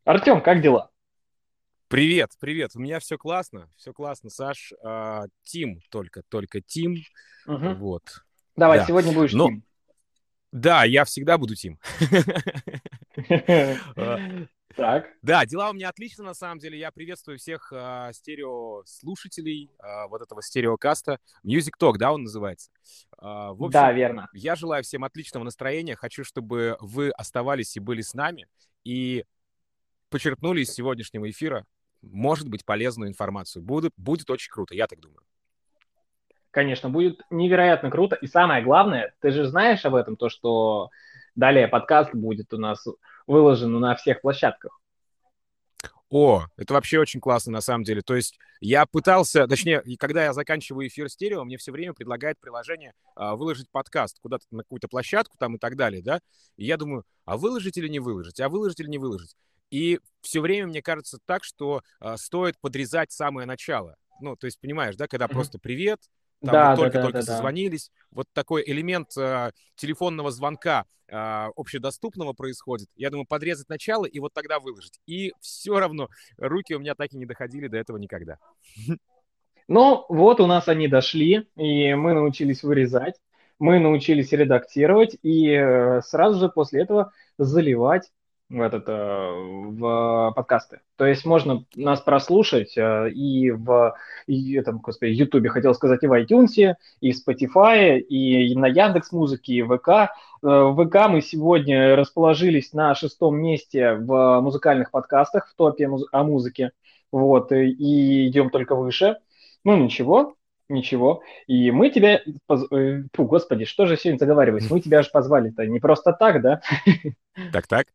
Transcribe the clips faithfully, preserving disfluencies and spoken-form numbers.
Артем, как дела? Привет, привет. У меня все классно, все классно, Саш. А, Тим только, только Тим. Мгм. Вот, Давай, да. сегодня будешь Но, Тим. да, я всегда буду Тим. А, Так. Да, дела у меня отлично, на самом деле. Я приветствую всех а, стереослушателей а, вот этого стереокаста. Music Talk, да, он называется. А, В Да, общем, верно. я желаю всем отличного настроения. Хочу, чтобы вы оставались и были с нами. И почерпнули из сегодняшнего эфира, может быть, полезную информацию. Будет, будет очень круто, я так думаю. Конечно, будет невероятно круто. И самое главное, ты же знаешь об этом, то, что далее подкаст будет у нас выложен на всех площадках. О, это вообще очень классно, на самом деле. То есть я пытался, точнее, и когда я заканчиваю эфир стерео, мне все время предлагает приложение а, выложить подкаст куда-то на какую-то площадку там и так далее, да. И я думаю, а выложить или не выложить, а выложить или не выложить. И все время мне кажется так, что а, стоит подрезать самое начало. Ну, то есть, понимаешь, да, когда Мгм. просто привет, там вы Да, да, да, только-только да, да. созвонились, вот такой элемент а, телефонного звонка а, общедоступного происходит. Я думаю, подрезать начало и вот тогда выложить. И все равно руки у меня так и не доходили до этого никогда. Ну, вот у нас они дошли, и мы научились вырезать, мы научились редактировать, и э, сразу же после этого заливать в, этот, э, в подкасты. То есть можно нас прослушать э, и в и, этом, господи, Ютубе, хотел сказать, и в iTunes, и в Spotify, и на Яндекс.Музыке, и в ВК. Э, В ВК мы сегодня расположились на шестом месте в музыкальных подкастах, в топе муз- о музыке. Вот, и и идем только выше. Ну, ничего, ничего. И мы тебя... поз- э, Фу, господи, что же сегодня заговариваюсь? Мы тебя же позвали-то не просто так, да? Так-так.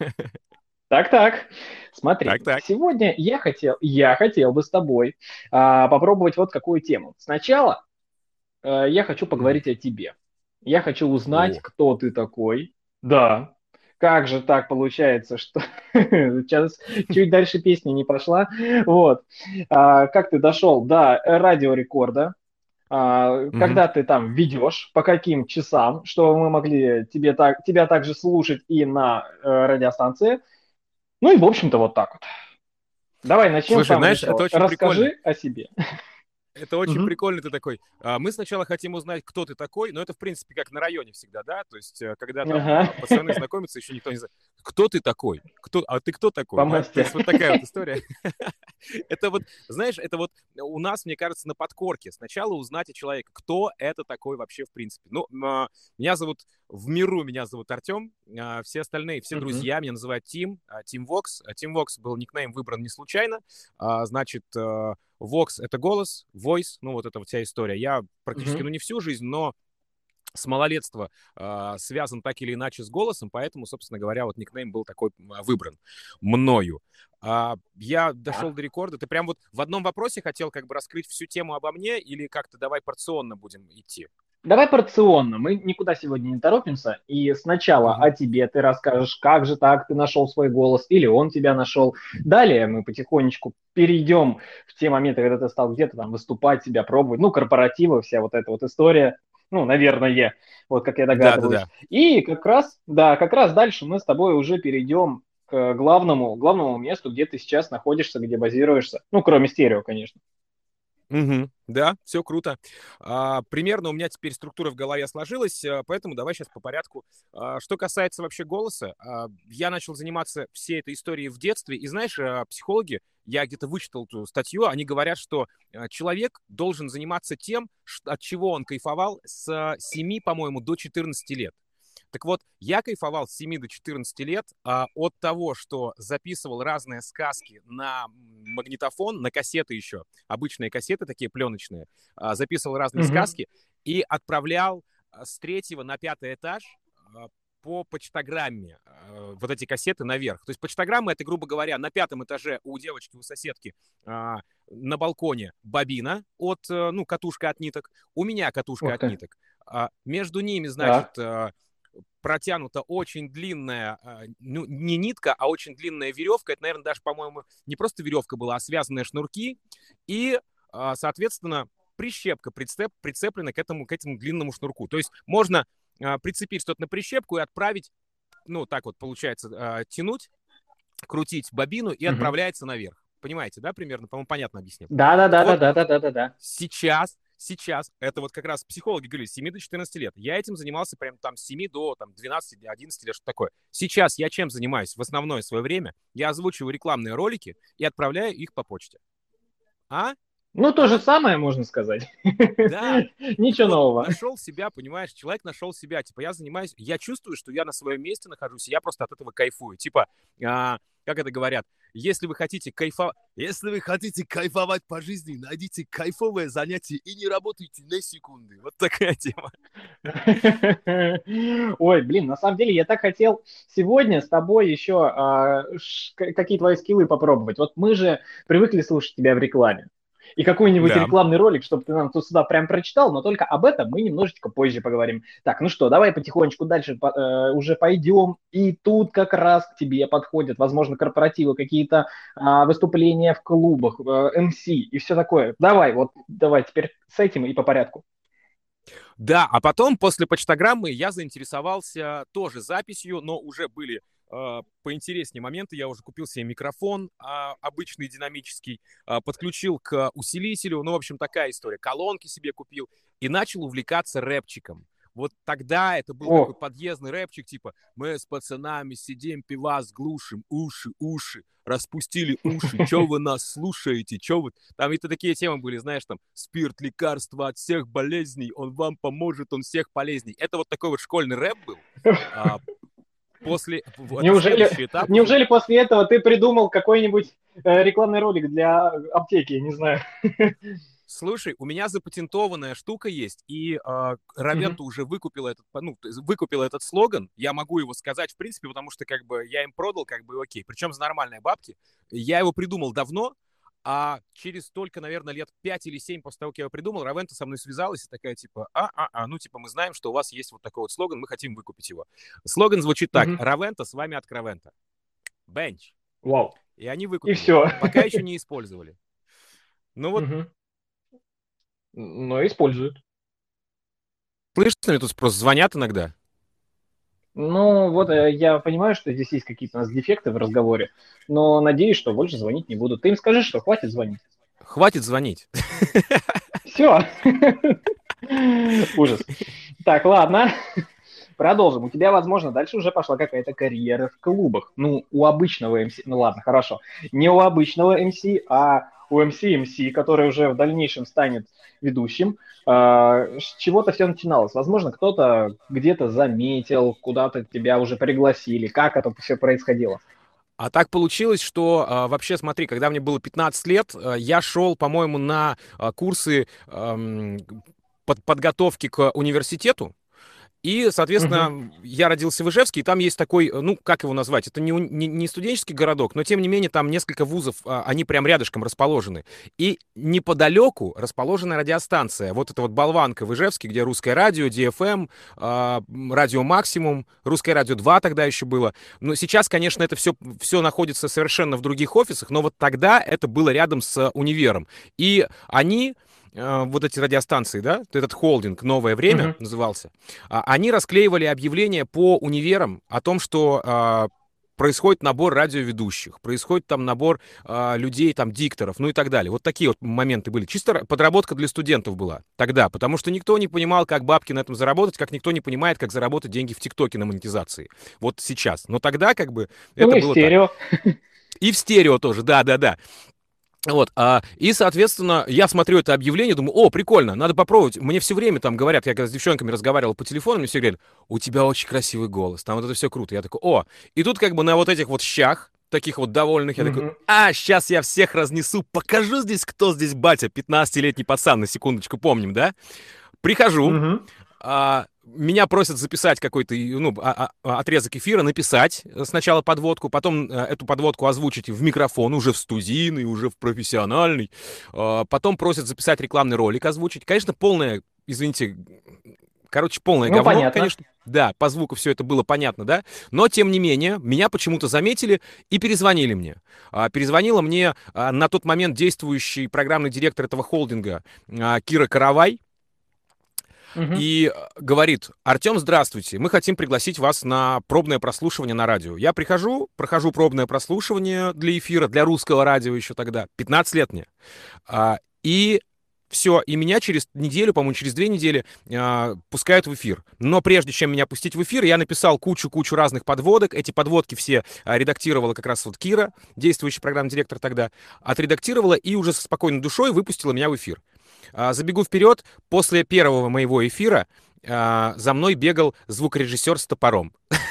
Так-так, смотри, Так-так. сегодня я хотел, я хотел бы с тобой а, попробовать вот какую тему. Сначала а, я хочу Мгм. поговорить о тебе. Я хочу узнать, О, кто ты такой. Да. Как же так получается, что сейчас чуть дальше песня не пошла. Вот. А, как ты дошел до радиорекорда? А, мгм. когда ты там ведешь, по каким часам, чтобы мы могли тебе так, тебя также слушать и на э, радиостанции. Ну и, в общем-то, вот так вот. Давай начнем с Слушай, самого знаешь, это начала. очень прикольно. Расскажи о себе. Это очень Мгм. прикольно, ты такой. А, Мы сначала хотим узнать, кто ты такой, но это, в принципе, как на районе всегда, да? То есть, э, когда там Ага. а, пацаны знакомятся, еще никто не знает, кто ты такой, кто, а ты кто По такой, да? То масти. есть вот такая вот история. Это вот, знаешь, это вот у нас, мне кажется, на подкорке. Сначала узнать о человеке, кто это такой вообще в принципе. Ну, а, меня зовут в миру, меня зовут Артем. а, Все остальные, все Мгм. друзья меня называют Тим, а, Тим Вокс. А Тим Вокс был никнейм выбран не случайно. А, Значит, э, Vox — это голос, voice, ну вот эта вот вся история. Я практически, Мгм. ну не всю жизнь, но с малолетства э, связан так или иначе с голосом, поэтому, собственно говоря, вот никнейм был такой а, выбран мною. А, я дошел Так. до рекорда. Ты прям вот в одном вопросе хотел как бы раскрыть всю тему обо мне или как-то давай порционно будем идти? Давай порционно, мы никуда сегодня не торопимся. И сначала Мгм. о тебе ты расскажешь, как же так ты нашел свой голос, или он тебя нашел. Далее мы потихонечку перейдем в те моменты, когда ты стал где-то там выступать, себя пробовать, ну, корпоративы, вся вот эта вот история, ну, наверное, вот как я догадываюсь. Да-да-да. И как раз, да, как раз дальше мы с тобой уже перейдем к главному, главному месту, где ты сейчас находишься, где базируешься. Ну, кроме стерео, конечно. Мгм. Да, все круто. А, примерно у меня теперь структура в голове сложилась, а, поэтому давай сейчас по порядку. А, что касается вообще голоса, а, я начал заниматься всей этой историей в детстве, и знаешь, а, психологи, я где-то вычитал эту статью, они говорят, что а, человек должен заниматься тем, ш- от чего он кайфовал с семи, по-моему, до четырнадцати лет. Так вот, я кайфовал с семи до четырнадцати лет а, от того, что записывал разные сказки на магнитофон, на кассеты еще, обычные кассеты такие пленочные, а, записывал разные Мгм. сказки и отправлял а, с третьего на пятый этаж а, по почтограмме а, вот эти кассеты наверх. То есть почтограмма — это, грубо говоря, на пятом этаже у девочки, у соседки а, на балконе бобина от, э, ну, катушка от ниток, у меня катушка Ух от ты. ниток. А, между ними, значит, Так. э, протянута очень длинная, а, ну, не нитка, а очень длинная веревка. Это, наверное, даже, по-моему, не просто веревка была, а связанные шнурки. И, а, соответственно, прищепка прицеп, прицеплена к этому, к этому длинному шнурку. То есть можно а, прицепить что-то на прищепку и отправить, ну, так вот получается, а, тянуть крутить бобину и Мгм. отправляется наверх. Понимаете, да, примерно? По-моему, понятно объяснил. Так вот, Да-да-да-да-да-да-да-да. сейчас, сейчас, это вот как раз психологи говорили, с семи до четырнадцати лет. Я этим занимался прям там с семи до там, двенадцати, одиннадцати лет, что такое. Сейчас я чем занимаюсь в основное свое время? Я озвучиваю рекламные ролики и отправляю их по почте. А? Ну, то же А? самое, можно сказать. Да. Так Ничего вот, нового. нашел себя, понимаешь, человек нашел себя. Типа, я занимаюсь, я чувствую, что я на своем месте нахожусь, и я просто от этого кайфую. Типа, а, как это говорят, если вы хотите кайфовать, если вы хотите кайфовать по жизни, найдите кайфовое занятие и не работайте на секунды. Вот такая тема. Ой, блин, на самом деле я так хотел сегодня с тобой еще а, ш- к- какие твои скиллы попробовать. Вот мы же привыкли слушать тебя в рекламе. И какой-нибудь Да. рекламный ролик, чтобы ты нам тут сюда прям прочитал, но только об этом мы немножечко позже поговорим. Так, ну что, давай потихонечку дальше по- э, уже пойдем. И тут как раз к тебе подходят, возможно, корпоративы, какие-то а, выступления в клубах, э, эм си и все такое. Давай, вот давай теперь с этим и по порядку. Да, а потом, после почтограммы, я заинтересовался тоже записью, но уже были э, поинтереснее моменты. Я уже купил себе микрофон э, обычный, динамический, э, подключил к усилителю, ну, в общем, такая история. Колонки себе купил и начал увлекаться рэпчиком. Вот тогда это был такой О, подъездный рэпчик, типа «Мы с пацанами сидим, пивас глушим, уши, уши, распустили уши, чё вы нас слушаете, чё вы...» Там это такие темы были, знаешь, там «Спирт, лекарство от всех болезней, он вам поможет, он всех полезней». Это вот такой вот школьный рэп был. А после... Это неужели, следующий этап уже. неужели после этого ты придумал какой-нибудь э, рекламный ролик для аптеки, не знаю. Слушай, у меня запатентованная штука есть, и э, Мгм. Равента уже выкупила этот, ну, выкупила этот слоган. Я могу его сказать, в принципе, потому что как бы я им продал, как бы окей. Причем за нормальные бабки. Я его придумал давно, а через только, наверное, лет пять или семь после того, как я его придумал, Равента со мной связалась и такая типа, а-а-а, ну типа мы знаем, что у вас есть вот такой вот слоган, мы хотим выкупить его. Слоган звучит так: Мгм. Равента с вами от Кравента. Бенч. Вау. И они И выкупили. все. Пока еще не использовали. Ну вот, Мгм. Но используют. слышно, мне тут просто звонят иногда. Ну, вот э, я понимаю, что здесь есть какие-то у нас дефекты в разговоре, но надеюсь, что больше звонить не буду. Ты им скажи, что хватит звонить. Хватит звонить. Все. Ужас. Так, ладно. Продолжим. У тебя, возможно, дальше уже пошла какая-то карьера в клубах. Ну, у обычного эм си, ну ладно, хорошо. Не у обычного эм си, а у эм си эм си, который уже в дальнейшем станет ведущим. А, С чего-то все начиналось. Возможно, кто-то где-то заметил, куда-то тебя уже пригласили. Как это все происходило? А так получилось, что а, вообще, смотри, когда мне было пятнадцать лет, а, я шел, по-моему, на а, курсы ам, под- подготовки к университету. И, Мгм. соответственно, я родился в Ижевске, и там есть такой, э, ну, как его назвать, это не, уни- не, не студенческий городок, но, тем не менее, там несколько вузов, а, они прям рядышком расположены. И неподалеку расположена радиостанция. Вот это вот болванка в Ижевске, где русское радио, ди эф эм, а, м, радио Максимум, русское радио два тогда еще было. Но сейчас, конечно, это все, все находится совершенно в других офисах, но вот тогда это было рядом с универом. И они э, вот эти радиостанции, да, этот холдинг «Новое время» Мгм. назывался, а, они расклеивали объявления по универам о том, что а, происходит набор радиоведущих, происходит там набор а, людей, там, дикторов, ну и так далее. Вот такие вот моменты были. Чисто ра- подработка для студентов была тогда, потому что никто не понимал, как бабки на этом заработать, как никто не понимает, как заработать деньги в ТикТоке на монетизации. Вот сейчас. Но тогда как бы Ну это и было так. стерео. И в стерео тоже, да-да-да. Вот, а, и, соответственно, я смотрю это объявление, думаю, о, прикольно, надо попробовать. Мне все время там говорят, я когда с девчонками разговаривал по телефону, мне все говорят, у тебя очень красивый голос, там вот это все круто. Я такой, о, и тут как бы на вот этих вот щах, таких вот довольных, я такой, Мгм. а, сейчас я всех разнесу, покажу здесь, кто здесь батя, пятнадцатилетний пацан, на секундочку, помним, да? Прихожу, Мгм. а, меня просят записать какой-то ну, а- а- отрезок эфира, написать сначала подводку, потом э, эту подводку озвучить в микрофон, уже в студийный, уже в профессиональный. А, потом просят записать рекламный ролик, озвучить. Конечно, полное, извините, короче, полное Ну, говно, понятно. конечно. Да, по звуку все это было понятно, да. Но, тем не менее, меня почему-то заметили и перезвонили мне. А, перезвонила мне а, на тот момент действующий программный директор этого холдинга а, Кира Каравай. Мгм. и э, говорит: Артем, здравствуйте, мы хотим пригласить вас на пробное прослушивание на радио. Я прихожу, прохожу пробное прослушивание для эфира, для русского радио еще тогда, пятнадцать лет мне. А, и все, и меня через неделю, по-моему, через две недели а, пускают в эфир. Но прежде чем меня пустить в эфир, я написал кучу-кучу разных подводок. Эти подводки все а, редактировала как раз вот Кира, действующий программный директор тогда, отредактировала и уже со спокойной душой выпустила меня в эфир. А, забегу вперед, после первого моего эфира а, за мной бегал звукорежиссер с топором.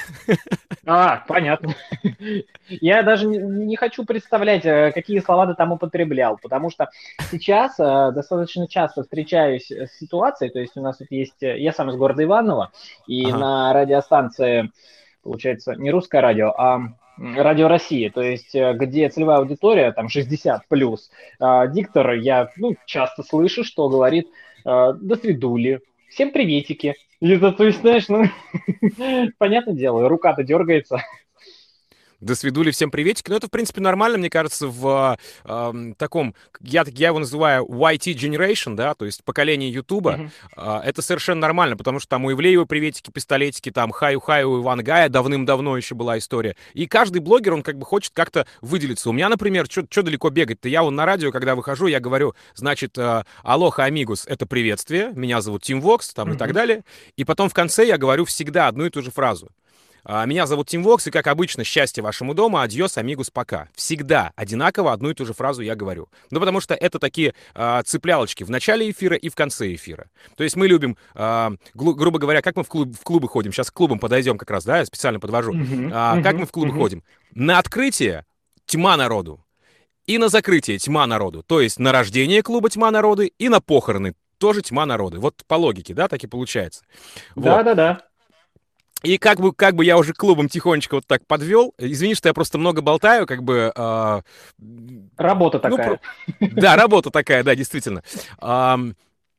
А, понятно. Я даже не, не хочу представлять, э, какие слова ты там употреблял, потому что сейчас э, достаточно часто встречаюсь с ситуацией, то есть у нас тут есть, э, я сам из города Иваново, и Ага. на радиостанции, получается, не русское радио, а м, радио России, то есть э, где целевая аудитория там шестьдесят плюс, э, диктор я ну, часто слышу, что говорит э, «до свидули», «всем приветики». И это, то есть, знаешь, ну, понятное дело, рука-то дергается. До свидули, всем приветики. Ну, это, в принципе, нормально, мне кажется, в э, таком, я, я его называю уай ти Generation, да, то есть поколение Ютуба. Мгм. Э, это совершенно нормально, потому что там у Ивлеева приветики, пистолетики, там хаю-хаю, у Ивангая давным-давно еще была история. И каждый блогер, он как бы хочет как-то выделиться. У меня, например, что далеко бегать-то? Я вон на радио, когда выхожу, я говорю, значит, э, алоха, амигус, это приветствие, меня зовут Тим Вокс, там и так Мгм. далее. И потом в конце я говорю всегда одну и ту же фразу. А, Меня зовут Тим Вокс, и, как обычно, счастье вашему дому, адьос, амигус, пока. Всегда одинаково одну и ту же фразу я говорю. Ну, потому что это такие а, цеплялочки в начале эфира и в конце эфира. То есть мы любим, а, глу- грубо говоря, как мы в, клуб- в клубы ходим. Сейчас к клубам подойдем как раз, да, я специально подвожу. Мгм. А, как мы Мгм. в клубы Мгм. ходим? На открытие тьма народу. И на закрытие тьма народу. То есть на рождение клуба тьма народу и на похороны тоже тьма народу. Вот по логике, да, так и получается. Вот. Да-да-да. И как бы, как бы я уже клубом тихонечко вот так подвел. Извини, что я просто много болтаю, как бы... а, Работа ну, про- такая. да, работа такая, да, действительно. Ам,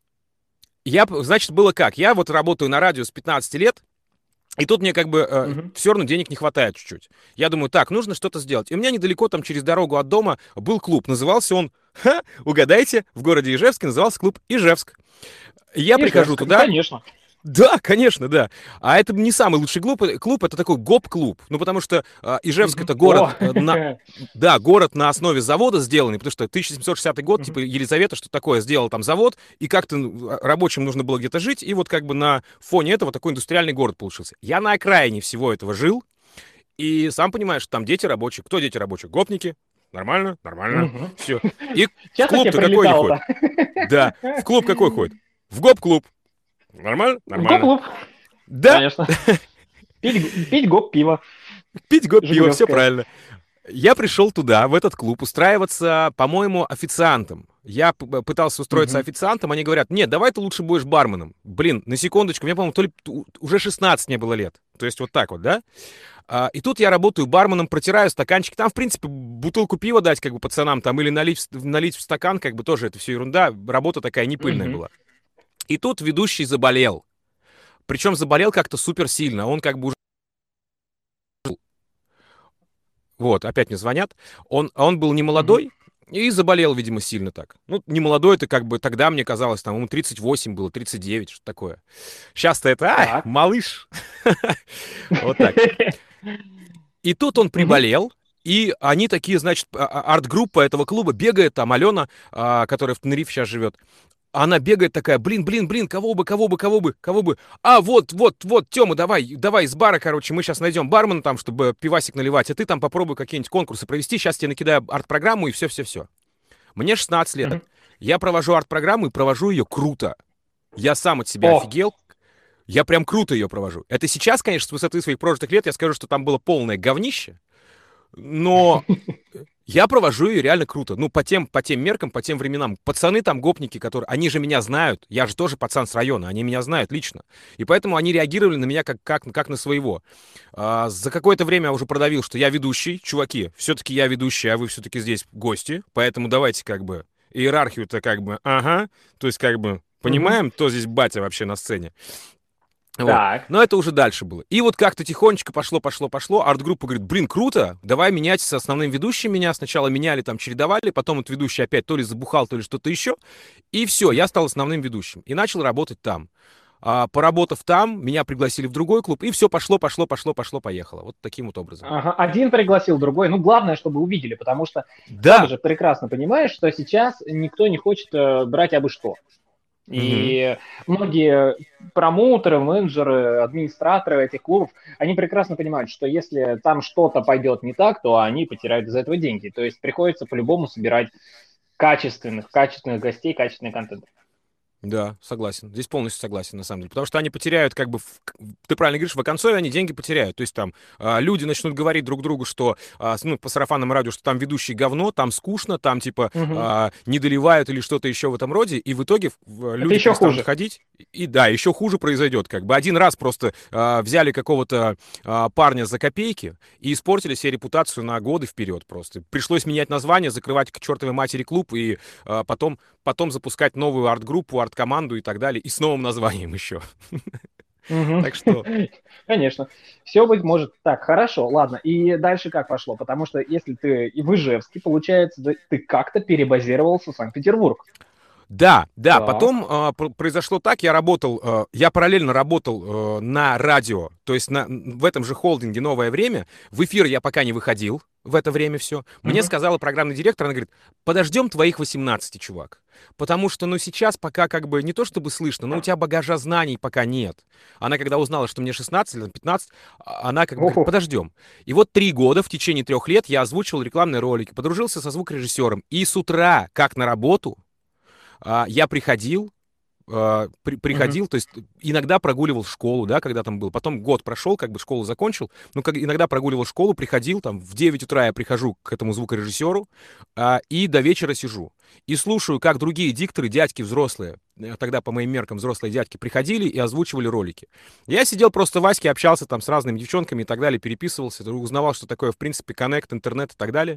я, п- значит, было как? Я вот работаю на радио с пятнадцати лет, и тут мне как бы Мгм. все равно денег не хватает чуть-чуть. Я думаю, так, нужно что-то сделать. И у меня недалеко там через дорогу от дома был клуб. Назывался он, ха, угадайте, в городе Ижевске назывался клуб Ижевск. Я прихожу Ижевск, туда. конечно. Да, конечно, да. А это не самый лучший клуб, э, клуб это такой гоп-клуб. Ну, потому что а, Ижевск Мгм. это О, город, э, на, да, город на основе завода сделанный, потому что тысяча семьсот шестидесятый год, Мгм. типа Елизавета, что такое, сделал там завод, и как-то ну, а, рабочим нужно было где-то жить, и вот как бы на фоне этого такой индустриальный город получился. Я на окраине всего этого жил, и сам понимаешь, там дети рабочие. Кто дети рабочие? Гопники. Нормально, нормально. Мгм. Все. И в Часто тебе клуб-то какой они ходят? прилетало-то? Да. В клуб какой ходит? В гоп-клуб. Нормально? В Нормально. гоп-клуб, Да, конечно. Пить, пить гоп-пиво пить гоп пиво, все жигулевское. правильно. Я пришел туда, в этот клуб, устраиваться, по-моему, официантом. Я п- пытался устроиться Мгм. официантом, они говорят, нет, давай ты лучше будешь барменом. Блин, на секундочку, мне, по-моему, то ли т- уже шестнадцать не было лет. То есть вот так вот, да? А, и тут я работаю барменом, протираю стаканчики. Там, в принципе, бутылку пива дать как бы пацанам, там, или налить, в- налить в стакан, как бы тоже это все ерунда. Работа такая непыльная Мгм. была. И тут ведущий заболел. Причем заболел как-то супер сильно. Он как бы уже... Вот, опять мне звонят. Он, а он был не Мгм. молодой и заболел, видимо, сильно так. Ну, не молодой, это как бы тогда мне казалось, там, ему тридцать восемь было, тридцать девять, что такое. Сейчас-то это, ай, Так. малыш. Вот так. И тут он Мгм. приболел, и они такие, значит, а- а- арт-группа этого клуба бегает, там Алена, а, которая в Тенерифе сейчас живет, она бегает такая, блин, блин, блин, кого бы, кого бы, кого бы, кого бы. А, вот, вот, вот, Тёма, давай, давай из бара, короче, мы сейчас найдем бармена там, чтобы пивасик наливать, а ты там попробуй какие-нибудь конкурсы провести, сейчас тебе накидаю арт-программу и все-все-все. Мне шестнадцать лет. Мгм. Я провожу арт-программу и провожу ее круто. Я сам от себя О, офигел. Я прям круто ее провожу. Это сейчас, конечно, с высоты своих прожитых лет я скажу, что там было полное говнище, но я провожу ее реально круто. Ну, по тем, по тем меркам, по тем временам. Пацаны там, гопники, которые... Они же меня знают. Я же тоже пацан с района. Они меня знают лично. И поэтому они реагировали на меня как, как, как на своего. А, за какое-то время я уже продавил, что я ведущий. Чуваки, все-таки я ведущий, а вы все-таки здесь гости. Поэтому давайте как бы иерархию-то как бы... Ага. То есть как бы... Мгм. Понимаем, кто здесь батя вообще на сцене. Вот. Так. Но это уже дальше было. И вот как-то тихонечко пошло, пошло, пошло. Арт-группа говорит, блин, круто, давай менять с основным ведущим меня. Сначала меняли, там, чередовали, потом этот ведущий опять то ли забухал, то ли что-то еще. И все, я стал основным ведущим. И начал работать там. А, поработав там, меня пригласили в другой клуб, и все пошло, пошло, пошло, пошло, поехало. Вот таким вот образом. Ага, один пригласил, другой. Ну, главное, чтобы увидели, потому что сам Да. же прекрасно понимаешь, что сейчас никто не хочет э, брать абы что. Мгм. И многие промоутеры, менеджеры, администраторы этих клубов, они прекрасно понимают, что если там что-то пойдет не так, то они потеряют из-за этого деньги. То есть приходится по-любому собирать качественных, качественных гостей, качественный контент. Да, согласен. Здесь полностью согласен, на самом деле. Потому что они потеряют, как бы, в- к- ты правильно говоришь, в оконцове они деньги потеряют. То есть там а, люди начнут говорить друг другу, что, а, с- ну, по сарафанному радио, что там ведущий говно, там скучно, там, типа, Мгм. а, не доливают или что-то еще в этом роде, и в итоге в- Это люди еще перестанут хуже. ходить, и да, еще хуже произойдет. Как бы один раз просто а, взяли какого-то а, парня за копейки и испортили себе репутацию на годы вперед просто. Пришлось менять название, закрывать к чертовой матери клуб и а, потом потом запускать новую арт-группу, арт-команду и так далее, и с новым названием еще. Мгм. Так что, Конечно. Все быть может. Так, хорошо, ладно. И дальше как пошло? Потому что если ты и в Ижевске, получается, да, ты как-то перебазировался в Санкт-Петербург. да, да, Так. потом а, пр- произошло так, я работал, а, я параллельно работал а, на радио, то есть на, в этом же холдинге «Новое время», в эфир я пока не выходил в это время все. Мне Мгм. сказала программный директор, она говорит, подождем твоих восемнадцати, чувак. Потому что, ну, сейчас пока как бы не то чтобы слышно, но у тебя багажа знаний пока нет. Она, когда узнала, что мне шестнадцать или пятнадцать, а, она как бы говорит, Ого. подождем. И вот три года, в течение трех лет я озвучивал рекламные ролики, подружился со звукорежиссером. И с утра, как на работу, а, я приходил, а, при- Мгм. приходил, то есть иногда прогуливал школу, да, когда там был. Потом год прошел, как бы школу закончил. Ну, как, иногда прогуливал школу, приходил, там в девять утра я прихожу к этому звукорежиссеру а, и до вечера сижу. И слушаю, как другие дикторы, дядьки взрослые, э, тогда по моим меркам взрослые дядьки, приходили и озвучивали ролики. Я сидел просто в Ваське, общался там с разными девчонками и так далее, переписывался, узнавал, что такое, в принципе, коннект, интернет и так далее.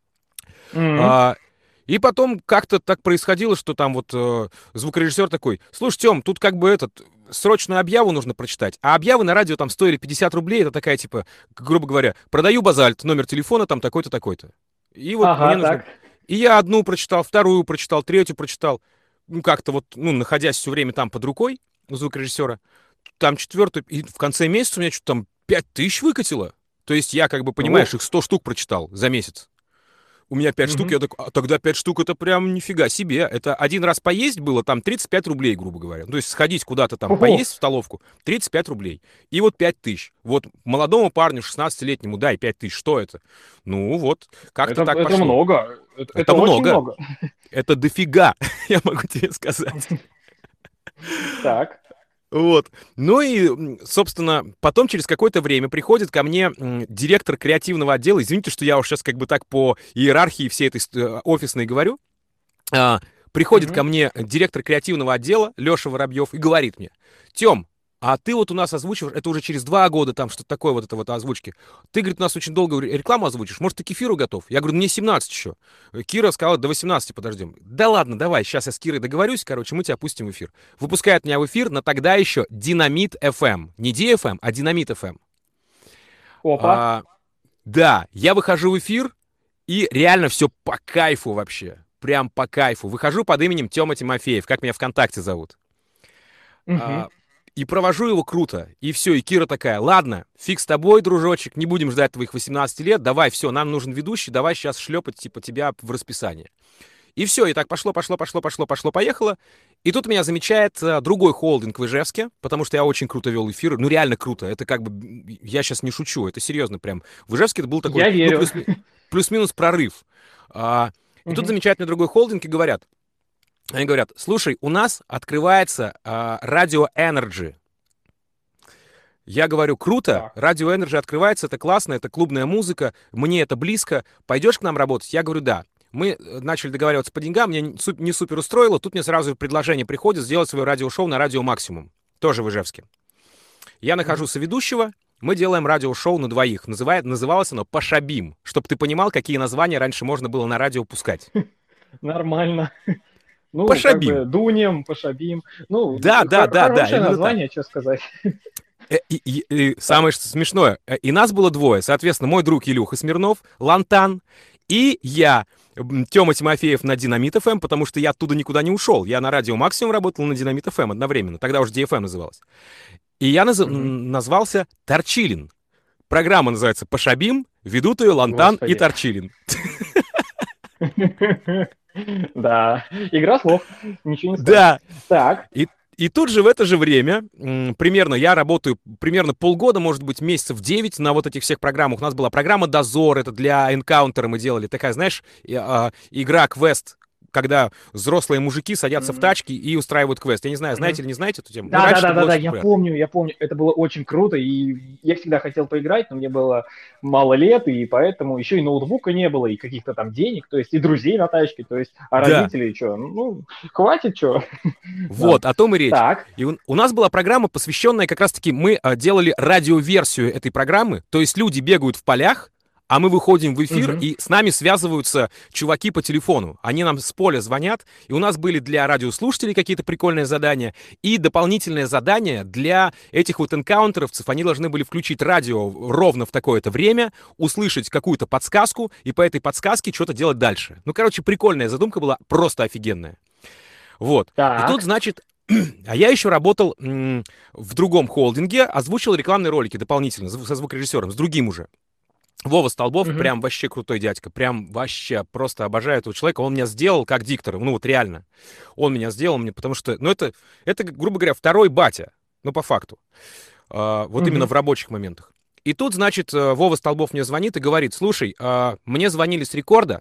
Мгм. А, и потом как-то так происходило, что там вот э, звукорежиссер такой, слушай, Тём, тут как бы этот, срочную объяву нужно прочитать, а объявы на радио там стоили пятьдесят рублей, это такая типа, грубо говоря, продаю базальт, номер телефона там такой-то, такой-то. И вот Ага, мне нужно... так. И я одну прочитал, вторую прочитал, третью прочитал, ну как-то вот, ну, находясь все время там под рукой у звукорежиссера, там четвертую, и в конце месяца у меня что-то там пять тысяч выкатило. То есть я, как бы, понимаешь, Ух. их сто штук прочитал за месяц. У меня пять штук, Мгм. я такой, а тогда пять штук это прям нифига себе. Это один раз поесть было, там тридцать пять рублей, грубо говоря. Ну, то есть сходить куда-то там Ого. поесть в столовку, тридцать пять рублей. И вот пять тысяч. Вот молодому парню, шестнадцатилетнему, дай пять тысяч, что это? Ну вот, как-то Это, так это пошло. много. Это, это Это очень много, много. это дофига, я могу тебе сказать. Так. Вот. Ну и, м, собственно, потом через какое-то время приходит ко мне м, директор креативного отдела. Извините, что я уж сейчас как бы так по иерархии всей этой ст- э, офисной говорю. А, приходит ко Мгм. мне директор креативного отдела Леша Воробьев и говорит мне, Тем, а ты вот у нас озвучиваешь, это уже через два года там что-то такое вот это вот озвучки. Ты, говорит, у нас очень долго ре- рекламу озвучишь, может, ты к эфиру готов? Я говорю, мне семнадцать еще. Кира сказала, до восемнадцати подождем. Да ладно, давай, сейчас я с Кирой договорюсь, короче, мы тебя пустим в эфир. Выпускает меня в эфир на тогда еще Динамит эф эм. Не Ди эф эм, а Динамит эф эм. Опа. А, да, я выхожу в эфир, и реально все по кайфу вообще. Прям по кайфу. Выхожу под именем Тёма Тимофеев, как меня ВКонтакте зовут. Мгм. А, и провожу его круто. И все, и Кира такая, ладно, фиг с тобой, дружочек, не будем ждать твоих восемнадцати лет, давай, все, нам нужен ведущий, давай сейчас шлепать, типа, тебя в расписание. И все, и так пошло, пошло, пошло, пошло, пошло, поехало. И тут меня замечает а, другой холдинг в Ижевске, потому что я очень круто вел эфиры. Ну, реально круто. Это как бы, м, я сейчас не шучу, это серьезно прям. В Ижевске это был такой, Я ну, верю. плюс, плюс-минус прорыв. А, и тут Мгм. замечает меня другой холдинг и говорят, они говорят, слушай, у нас открывается а, радио Energy. Я говорю, круто, Так. радио Energy открывается, это классно, это клубная музыка, мне это близко, пойдешь к нам работать? Я говорю, да. Мы э, начали договариваться по деньгам, мне не суп- не супер устроило, тут мне сразу предложение приходит сделать свое радиошоу на радио Максимум, тоже в Ижевске. Я нахожу Мгм. соведущего, мы делаем радиошоу на двоих, называет, называлось оно «Пошабим», чтобы ты понимал, какие названия раньше можно было на радио пускать. Нормально. Ну, как «Пошабим». бы дунем, пошабим. Ну, Да, да, хор- да, да, хорошее именно так. название, что сказать. Э, И, и- и Так. самое что смешное, э, и нас было двое, соответственно, мой друг Илюха Смирнов, Лантан, И я, м, Тёма Тимофеев на Динамит эф эм, потому что я оттуда никуда не ушел. Я на радио Максимум работал, на Динамит эф эм одновременно. Тогда уже ди эф эм называлось. И я наз... Мгм. назвался Торчилин. Программа называется «Пошабим», ведут ее Лантан и Господи. Торчилин. Да, игра слов, ничего не скажешь. Да. Так. И, и тут же в это же время, м, примерно, я работаю примерно полгода, может быть, месяцев девять на вот этих всех программах. У нас была программа «Дозор», это для энкаунтера мы делали. Такая, знаешь, и, а, игра «Квест», когда взрослые мужики садятся в Мгм. тачки и устраивают квест. Я не знаю, знаете Мгм. или не знаете эту тему? Ну, Да, да, раньше да, это да, было да, очень я популярно. помню, я помню, это было очень круто, и я всегда хотел поиграть, но мне было мало лет, и поэтому еще и ноутбука не было, и каких-то там денег, то есть и друзей на тачке, то есть, а Да. родители что, ну, хватит, что. Да. Вот, о том и речь. Так. И у, у нас была программа, посвященная как раз-таки, мы а, делали радиоверсию этой программы, то есть люди бегают в полях, а мы выходим в эфир, Мгм. и с нами связываются чуваки по телефону. Они нам с поля звонят, и у нас были для радиослушателей какие-то прикольные задания, и дополнительные задания для этих вот энкаунтеровцев. Они должны были включить радио ровно в такое-то время, услышать какую-то подсказку, и по этой подсказке что-то делать дальше. Ну, короче, прикольная задумка была, просто офигенная. Вот. И тут, Так. значит, а я еще работал м, в другом холдинге, озвучил рекламные ролики дополнительно зву- со звукорежиссером, с другим уже. Вова Столбов Мгм. прям вообще крутой дядька, прям вообще просто обожаю этого человека. Он меня сделал как диктора, ну вот реально. Он меня сделал, мне, потому что, ну это, это, грубо говоря, второй батя, ну по факту. А, вот именно Мгм. в рабочих моментах. И тут, значит, э, Вова Столбов мне звонит и говорит, слушай, а, мне звонили с рекорда,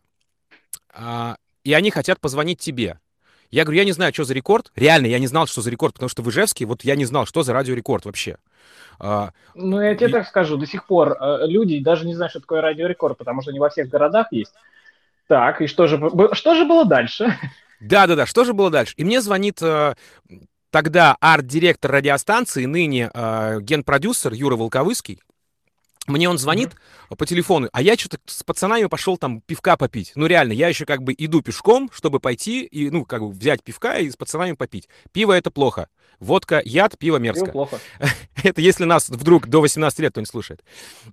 а, и они хотят позвонить тебе. Я говорю, я не знаю, что за рекорд. Реально, я не знал, что за рекорд, потому что в Ижевске, вот я не знал, что за радиорекорд вообще. А, Ну, я тебе и- так скажу, до сих пор э, люди даже не знают, что такое радиорекорд, потому что не во всех городах есть. Так, и что же, б- что же было дальше? Да-да-да, что же было дальше? И мне звонит э, тогда арт-директор радиостанции, ныне э, генпродюсер Юра Волковыский. Мне он Мгм. звонит по телефону, а я что-то с пацанами пошел там пивка попить. Ну, реально, я еще как бы иду пешком, чтобы пойти и, ну, как бы взять пивка и с пацанами попить. Пиво — это плохо. Водка — яд, пиво — Пиво мерзко. плохо. Это если нас вдруг до восемнадцати лет кто-нибудь слушает.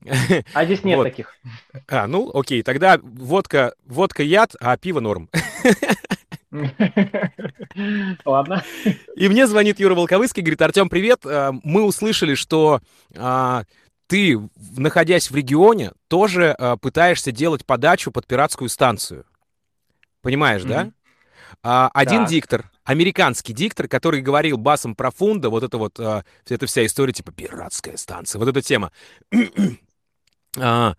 А здесь нет Вот. таких. А, ну, окей, тогда водка, водка яд, а пиво норм. Ладно. И мне звонит Юра Волковыский, говорит, Артем, привет, э, мы услышали, что а, ты, в- находясь в регионе, тоже а, пытаешься делать подачу под пиратскую станцию. Понимаешь, да? Мгм. А, один Так. диктор, американский диктор, который говорил басом профунда, вот это вот, а, эта вся история, типа, пиратская станция, вот эта тема. А,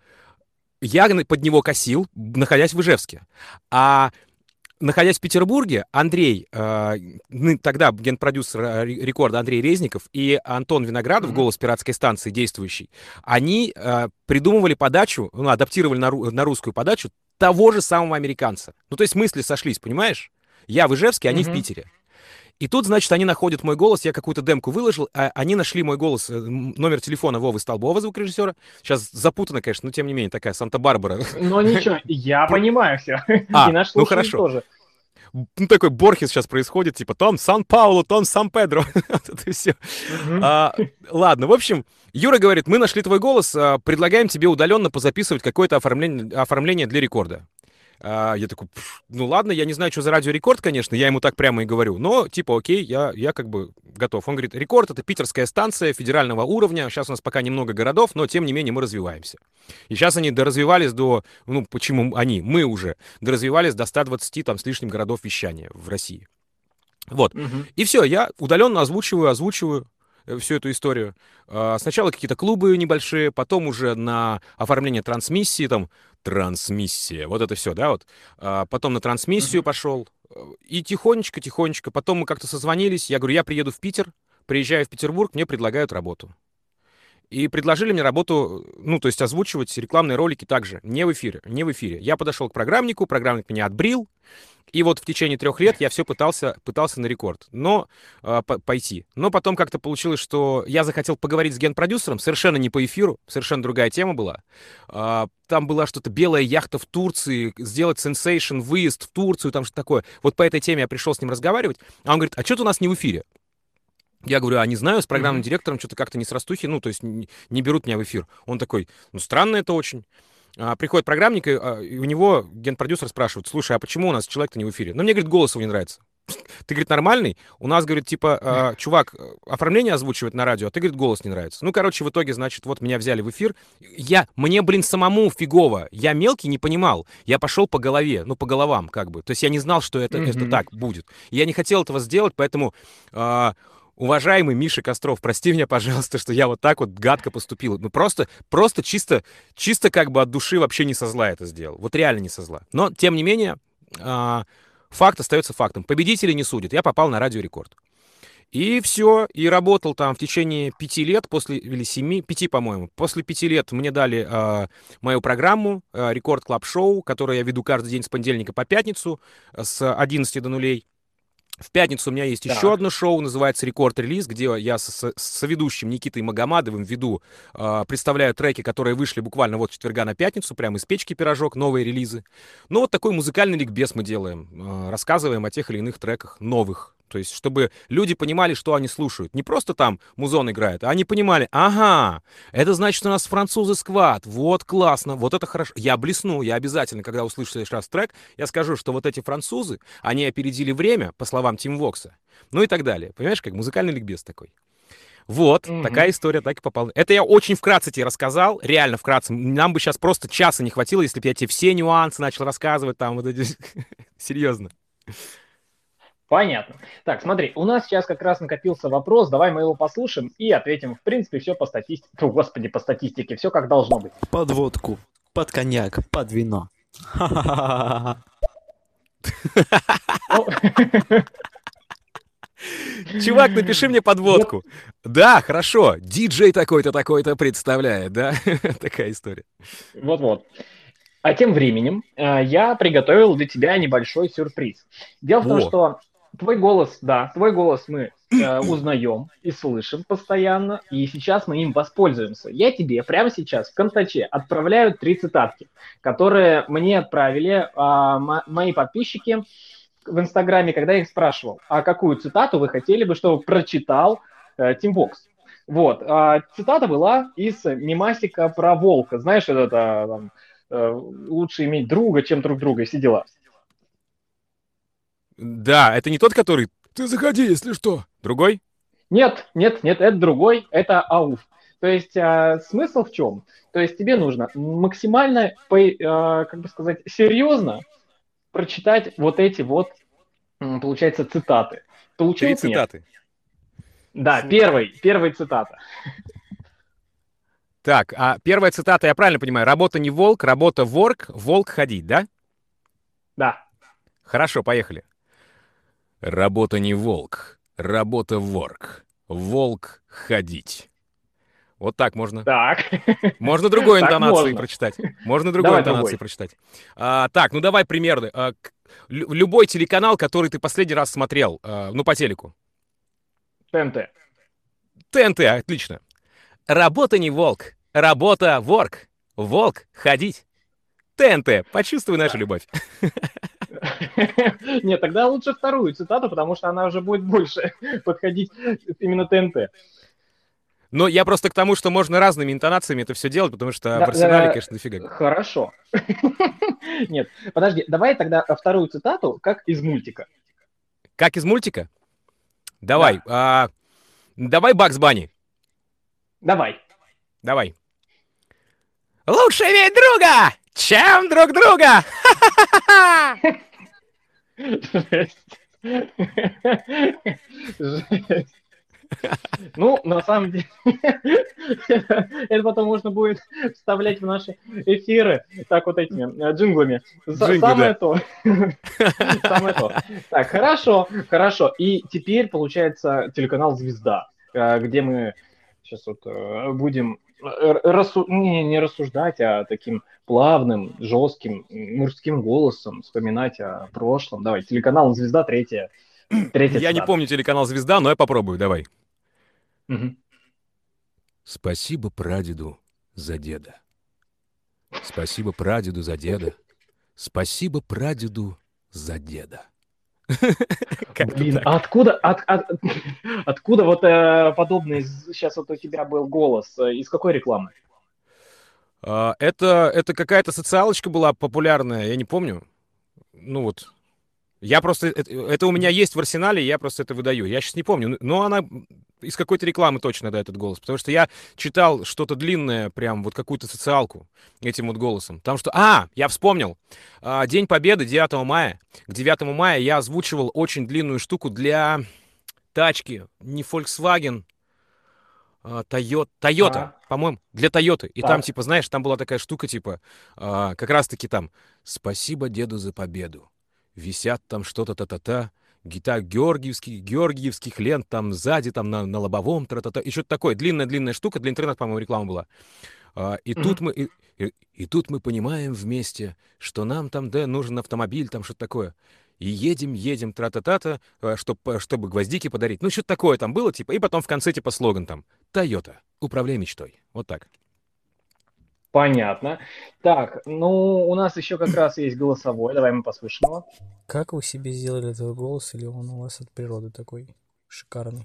я на- под него косил, находясь в Ижевске. А находясь в Петербурге, Андрей, э, ны- тогда генпродюсер э, Ре- рекорда Андрей Резников и Антон Виноградов, Мгм. голос пиратской станции действующий, они э, придумывали подачу, ну, адаптировали на, ру- на русскую подачу того же самого американца. Ну, то есть мысли сошлись, понимаешь? Я в Ижевске, они в Мгм. Питере. И тут, значит, они находят мой голос, я какую-то демку выложил, а они нашли мой голос, э, м, номер телефона Вовы Столбова, звукорежиссера. Сейчас запутано, конечно, но тем не менее, такая Санта-Барбара. Но ничего, я Пр- понимаю все. И А, наши ну слушатели хорошо. тоже. Ну, такой Борхес сейчас происходит, типа, Том Сан-Паулу, Том Сан-Педро. Вот это все. Мгм. А, ладно, в общем, Юра говорит, мы нашли твой голос, а, предлагаем тебе удаленно позаписывать какое-то оформление, оформление для рекорда. А, я такой, «Пф, ну ладно, я не знаю, что за радиорекорд, конечно, я ему так прямо и говорю, но типа, окей, я, я как бы готов. Он говорит, рекорд — это питерская станция федерального уровня, сейчас у нас пока немного городов, но тем не менее мы развиваемся. И сейчас они доразвивались до, ну почему они, мы уже доразвивались до ста двадцати там с лишним городов вещания в России. Вот. Мгм. И все, я удаленно озвучиваю, озвучиваю э, всю эту историю. А, Сначала какие-то клубы небольшие, потом уже на оформление трансмиссии, там, трансмиссия, вот это все, да, вот. А, Потом на трансмиссию Мгм. пошел. э, И тихонечко-тихонечко, потом мы как-то созвонились, я говорю, я приеду в Питер, приезжаю в Петербург, мне предлагают работу. И предложили мне работу, ну, то есть озвучивать рекламные ролики также, не в эфире, не в эфире. Я подошел к программнику, программник меня отбрил, и вот в течение трех лет я все пытался, пытался на рекорд, но э, по- пойти. Но потом как-то получилось, что я захотел поговорить с генпродюсером, совершенно не по эфиру, совершенно другая тема была. А, там была что-то белая яхта в Турции, сделать сенсейшн, выезд в Турцию, там что-то такое. Вот по этой теме я пришел с ним разговаривать, а он говорит, а что-то у нас не в эфире. Я говорю, а не знаю, с программным Мгм. директором что-то как-то не срастухи, ну, то есть не, не берут меня в эфир. Он такой, ну, странно это очень. а, приходит программник, и, а, и у него генпродюсер спрашивает: слушай, а почему у нас человек-то не в эфире? Ну, мне, говорит, голос его не нравится. Ты, говорит, нормальный? У нас, говорит, типа, э, чувак э, оформление озвучивает на радио, а ты, говорит, голос не нравится. Ну, короче, в итоге, значит, вот меня взяли в эфир. Я, мне, блин, самому фигово. Я мелкий не понимал. Я пошел по голове, ну, по головам, как бы. То есть я не знал, что это, это Мгм. так будет. Я не хотел этого сделать, поэтому... э, уважаемый Миша Костров, прости меня, пожалуйста, что я вот так вот гадко поступил. Ну, просто, просто чисто, чисто как бы от души вообще не со зла это сделал. Вот реально не со зла. Но, тем не менее, а, факт остается фактом. Победители не судят. Я попал на Радио Рекорд. И все, и работал там в течение пяти лет, после, или семи, пяти, по-моему. После пяти лет мне дали э, мою программу э, Рекорд Клаб Шоу, которую я веду каждый день с понедельника по пятницу э, с одиннадцати до нулей. В пятницу у меня есть еще Так. одно шоу, называется «Рекорд-релиз», где я со, со соведущим Никитой Магомадовым веду, э, представляю треки, которые вышли буквально вот с четверга на пятницу, прямо из печки пирожок, новые релизы. Ну, вот такой музыкальный ликбез мы делаем, э, рассказываем о тех или иных треках новых. То есть, чтобы люди понимали, что они слушают. Не просто там музон играет, а они понимали: ага, это значит, у нас французы сквад, вот классно, вот это хорошо. Я блесну, я обязательно, когда услышу в следующий раз трек, я скажу, что вот эти французы, они опередили время, по словам Тим Вокса, ну и так далее. Понимаешь, как музыкальный ликбез такой. Вот, такая Мгм. история, так и попал. Это я очень вкратце тебе рассказал, реально вкратце. Нам бы сейчас просто часа не хватило, если бы я тебе все нюансы начал рассказывать, там, вот эти... Серьезно. Понятно. Так, смотри, у нас сейчас как раз накопился вопрос, давай мы его послушаем и ответим. В принципе, все по статистике. Фу, господи, по статистике, все как должно быть. Под водку, под коньяк, под вино. Ха-ха-ха-ха-ха. Ну, Чувак, напиши мне вот, подводку. Да, хорошо. Диджей такой-то, такой-то представляет, да? Такая история. вот-вот. А тем временем э, я приготовил для тебя небольшой сюрприз. Дело в том, О, что твой голос, да, твой голос мы э, узнаем и слышим постоянно, и сейчас мы им воспользуемся. Я тебе прямо сейчас в контаче отправляю три цитатки, которые мне отправили а, мо- мои подписчики в Инстаграме, когда я их спрашивал, а какую цитату вы хотели бы, чтобы прочитал э, Тим Вокс. Вот, а, цитата была из мемасика про волка. Знаешь, это а, там, э, лучше иметь друга, чем друг друга, и все дела. да, это не тот, который... Ты заходи, если что. Другой? Нет, нет, нет, это другой, это ауф. То есть а, смысл в чем? То есть тебе нужно максимально, по, а, как бы сказать, серьезно прочитать вот эти вот, м, получается, цитаты. Три Получилось? Нет. цитаты. Да, Фу. первый, первый цитата. Так, а первая цитата, я правильно понимаю, работа не волк, работа ворк, волк ходить, да? Да. Хорошо, поехали. Работа не волк, работа ворк, волк ходить. Вот так можно. Так. Можно другой Так интонацией можно. прочитать. Можно другой Давай интонацией другой. прочитать. А, так, ну давай примеры. А, к- лю- любой телеканал, который ты последний раз смотрел, а, ну по телеку. ТНТ. Т Н Т, отлично. Работа не волк, работа ворк, волк ходить. Т Н Т, почувствуй нашу Так. любовь. Нет, тогда лучше вторую цитату, потому что она уже будет больше подходить именно ТНТ. Но я просто к тому, что можно разными интонациями это все делать, потому что в Да, арсенале, да, конечно, дофига. хорошо. Нет, подожди, давай тогда вторую цитату, как из мультика. Как из мультика? Давай. Да, а, давай Бакс Банни. давай. Давай. Лучше иметь друга, чем друг друга. Жесть. Жесть. Ну, на самом деле, это потом можно будет вставлять в наши эфиры, так вот этими э, джинглами. С- Джинглы, да. Самое то. Самое то. Так, хорошо, хорошо. И теперь получается телеканал «Звезда», э, где мы сейчас вот э, будем э, рассу- не, не рассуждать, а таким плавным, жестким, м, мужским голосом вспоминать о прошлом. Давай, телеканал «Звезда», третья, третья Я не цитата. помню телеканал «Звезда», но я попробую, давай. Мгм. Спасибо прадеду за деда. Спасибо прадеду за деда. Спасибо прадеду за деда. Как-то Блин, так. а откуда, от- от- откуда вот э, подобный сейчас вот у тебя был голос? Э, Из какой рекламы? А, это, это какая-то социалочка была популярная, я не помню. Ну вот, я просто... Это, это у меня есть в арсенале, я просто это выдаю. Я сейчас не помню, но она из какой-то рекламы точно, да, этот голос. Потому что я читал что-то длинное, прям вот какую-то социалку этим вот голосом. Там что... А, я вспомнил. А, День Победы девятого мая. К девятому мая я озвучивал очень длинную штуку для тачки. Не Volkswagen, а, Тойо- Тойота, А, по-моему, для Тойоты. И там, так. типа, знаешь, там была такая штука, типа, а, как раз-таки там «Спасибо деду за победу». Висят там что-то та-та-та, гитар георгиевских, георгиевских лент там сзади, там на, на лобовом, тра-та-та. И что-то такое. Длинная-длинная штука. Для интернета, по-моему, реклама была. А, и тут Мгм. мы... И, и- и тут мы понимаем вместе, что нам там, да, нужен автомобиль, там что-то такое. И едем, едем, тра-та-та-та, чтоб, чтобы гвоздики подарить. Ну, что-то такое там было, типа. И потом в конце, типа, слоган там. «Тойота. Управляй мечтой». Вот так. Понятно. Так, ну, у нас еще как раз есть голосовой. Давай мы послушаем его. Как вы себе сделали этот голос, или он у вас от природы такой шикарный?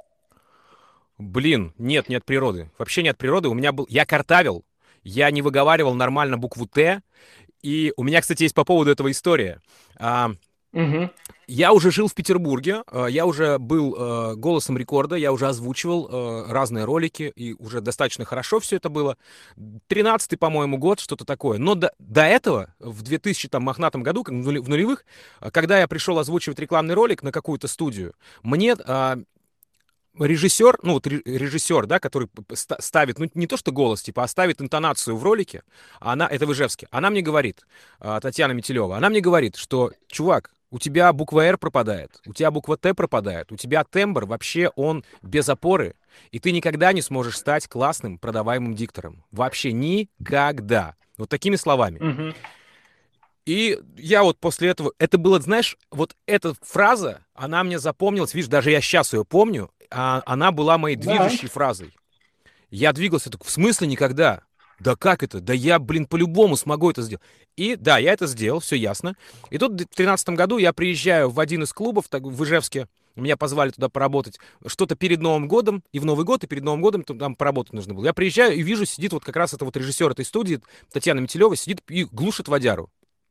Блин, нет, не от природы. Вообще не от природы. У меня был... Я картавил, я не выговаривал нормально букву «Т». И у меня, кстати, есть по поводу этого история. А, Мгм. Я уже жил в Петербурге, э, я уже был э, голосом рекорда, я уже озвучивал э, разные ролики, и уже достаточно хорошо все это было. Тринадцатый, по-моему, год, что-то такое. Но до, до этого, в двухтысячном там, мохнатом году, как в нуле- в нулевых, э, когда я пришел озвучивать рекламный ролик на какую-то студию, мне э, режиссер, ну вот ре- режиссер, да, который п- п- ста- ставит, ну не то что голос, типа, а ставит интонацию в ролике, она, это в Ижевске, она мне говорит, а, Татьяна Метелева, она мне говорит, что, чувак, у тебя буква «Р» пропадает, у тебя буква «Т» пропадает, у тебя тембр вообще он без опоры, и ты никогда не сможешь стать классным продаваемым диктором. Вообще никогда. Вот такими словами. Мгм. И я вот после этого, это было, знаешь, вот эта фраза, она мне запомнилась, видишь, даже я сейчас ее помню, а она была моей Да. движущей фразой. Я двигался, так, в смысле никогда? Да как это? Да я, блин, по-любому смогу это сделать. И да, я это сделал, все ясно. И тут в две тысячи тринадцатом году я приезжаю в один из клубов так, в Ижевске, меня позвали туда поработать, что-то перед Новым годом, и в Новый год, и перед Новым годом там поработать нужно было. Я приезжаю и вижу, сидит вот как раз это вот режиссер этой студии, Татьяна Метелева, сидит и глушит водяру.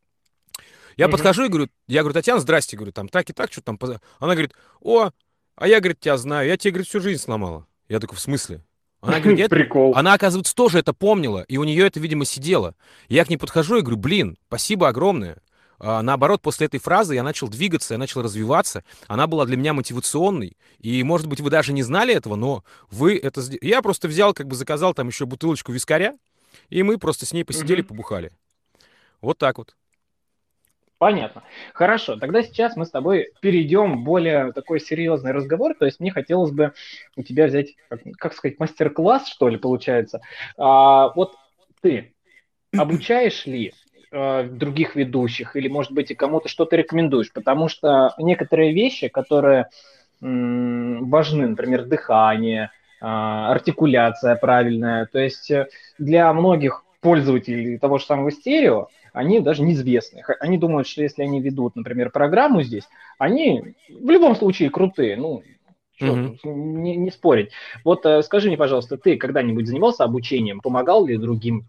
Я Мгм. подхожу и говорю, я говорю, Татьяна, здрасте, говорю, там так и так, что там. поза-». Она говорит, о, а я, говорит, тебя знаю, я тебе, говорит, всю жизнь сломала. Я такой, в смысле? Она говорит, нет. Прикол. Она, оказывается, тоже это помнила, и у нее это, видимо, сидело. Я к ней подхожу и говорю, блин, спасибо огромное. А, наоборот, после этой фразы я начал двигаться, я начал развиваться. Она была для меня мотивационной. И, может быть, вы даже не знали этого, но вы это сделали. Я просто взял, как бы заказал там еще бутылочку вискаря, и мы просто с ней посидели, Мгм. побухали. Вот так вот. Понятно. Хорошо, тогда сейчас мы с тобой перейдем в более такой серьезный разговор. То есть мне хотелось бы у тебя взять, как, как сказать, мастер-класс, что ли, получается. А, вот ты обучаешь ли э, других ведущих или, может быть, и кому-то что-то рекомендуешь? Потому что некоторые вещи, которые м, важны, например, дыхание, а, артикуляция правильная, то есть э, для многих пользователей того же самого стерео, они даже неизвестны. Х- Они думают, что если они ведут, например, программу здесь, они в любом случае крутые. Ну, что Мгм. тут не, не спорить. Вот э, скажи мне, пожалуйста, ты когда-нибудь занимался обучением, помогал ли другим?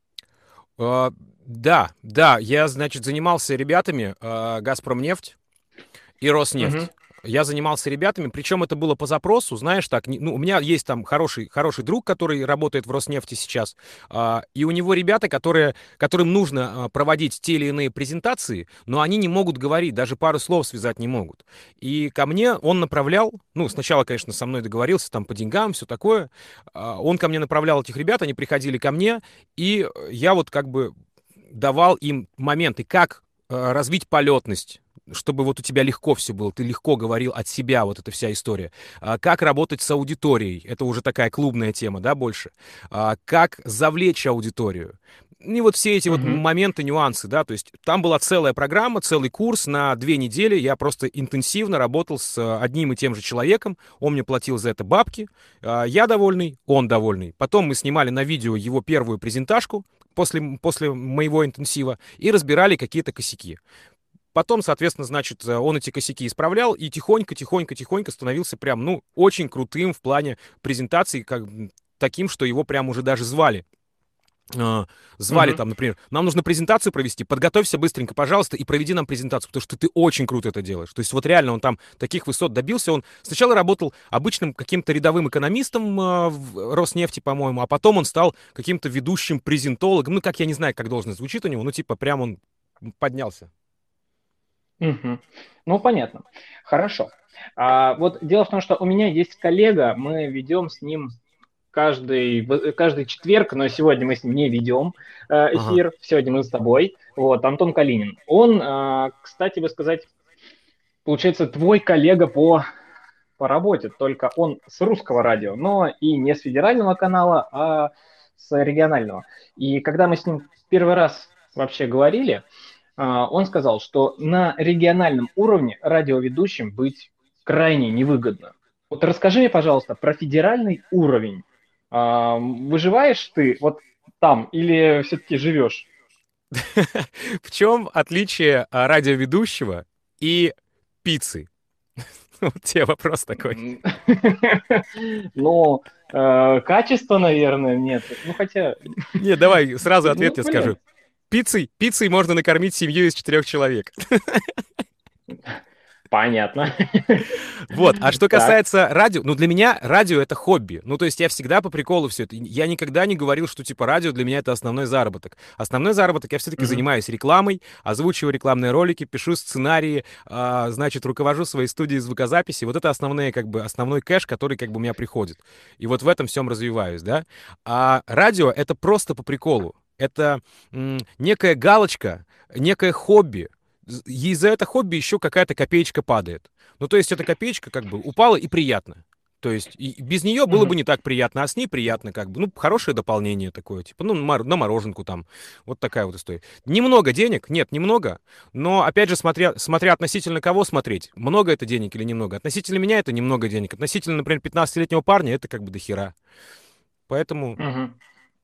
А, да, да, я, значит, занимался ребятами а, «Газпромнефть» и Мгм. «Роснефть». Я занимался ребятами, причем это было по запросу, знаешь, так, не- ну, у меня есть там хороший, хороший друг, который работает в «Роснефти» сейчас, а, и у него ребята, которые, которым нужно а, проводить те или иные презентации, но они не могут говорить, даже пару слов связать не могут. И ко мне он направлял, ну, сначала, конечно, со мной договорился там по деньгам, все такое, а, он ко мне направлял этих ребят, они приходили ко мне, и я вот как бы давал им моменты, как э, развить полетность, чтобы вот у тебя легко все было, ты легко говорил от себя, вот эта вся история. А, как работать с аудиторией, это уже такая клубная тема, да, больше. А, как завлечь аудиторию. И вот все эти вот Мгм. моменты, нюансы, да, то есть там была целая программа, целый курс на две недели, я просто интенсивно работал с э, одним и тем же человеком, он мне платил за это бабки, а, я довольный, он довольный. Потом мы снимали на видео его первую презентажку, после, после моего интенсива, и разбирали какие-то косяки. Потом, соответственно, значит, э, он эти косяки исправлял и тихонько-тихонько-тихонько становился прям, ну, очень крутым в плане презентации, как, м, таким, что его прям уже даже звали э, звали Мгм. там, например, нам нужно презентацию провести, подготовься быстренько, пожалуйста, и проведи нам презентацию, потому что ты очень круто это делаешь. То есть вот реально он там таких высот добился. Он сначала работал обычным каким-то рядовым экономистом э, в Роснефти, по-моему, а потом он стал каким-то ведущим презентологом. Ну, как я не знаю, как должность звучит у него, ну, типа, прям он поднялся. Мгм. Ну, понятно. Хорошо. А, вот дело в том, что у меня есть коллега, мы ведем с ним каждый, в- каждый четверг, но сегодня мы с ним не ведем э, Ага. эфир, сегодня мы с тобой. Вот, Антон Калинин. Он, а, кстати бы сказать, получается, твой коллега по, по работе, только он с русского радио, но и не с федерального канала, а с регионального. И когда мы с ним первый раз вообще говорили, а, он сказал, что на региональном уровне радиоведущим быть крайне невыгодно. Вот расскажи мне, пожалуйста, про федеральный уровень. А, Выживаешь ты вот там или все-таки живешь? В чем отличие а, радиоведущего и пиццы? Вот тебе вопрос такой. М, Ну, э, качество, наверное, нет. Ну, хотя, Не, давай сразу ответ ну, тебе блин, скажу. Пиццей, пиццей можно накормить семью из четырех человек. понятно. Вот. А что Так. касается радио, ну, для меня радио — это хобби. Ну, то есть я всегда по приколу все это. Я никогда не говорил, что, типа, радио для меня — это основной заработок. Основной заработок — я все-таки Мгм. занимаюсь рекламой, озвучиваю рекламные ролики, пишу сценарии, а, значит, руковожу своей студией звукозаписи. Вот это основные, как бы, основной кэш, который, как бы, у меня приходит. И вот в этом всем развиваюсь, да. А радио — это просто по приколу. Это м, некая галочка, некое хобби. З- И за это хобби еще какая-то копеечка падает. Ну, то есть эта копеечка как бы упала и приятно. То есть и без нее было бы Мгм. не так приятно, а с ней приятно как бы. Ну, хорошее дополнение такое, типа, ну, мор- на мороженку там. Вот такая вот история. Немного денег? Нет, немного. Но, опять же, смотря, смотря относительно кого смотреть. Много это денег или немного? Относительно меня это немного денег. Относительно, например, пятнадцатилетнего парня это как бы дохера. Поэтому, Мгм.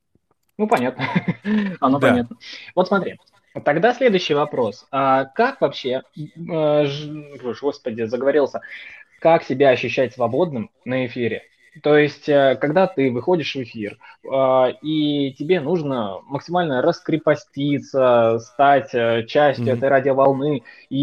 Ну, понятно. Оно да. понятно. Вот смотри. Тогда следующий вопрос. А как вообще, э, ж- уж, господи, заговорился, как себя ощущать свободным на эфире? То есть, э, когда ты выходишь в эфир, а, и тебе нужно максимально раскрепоститься, стать э, частью Мгм. этой радиоволны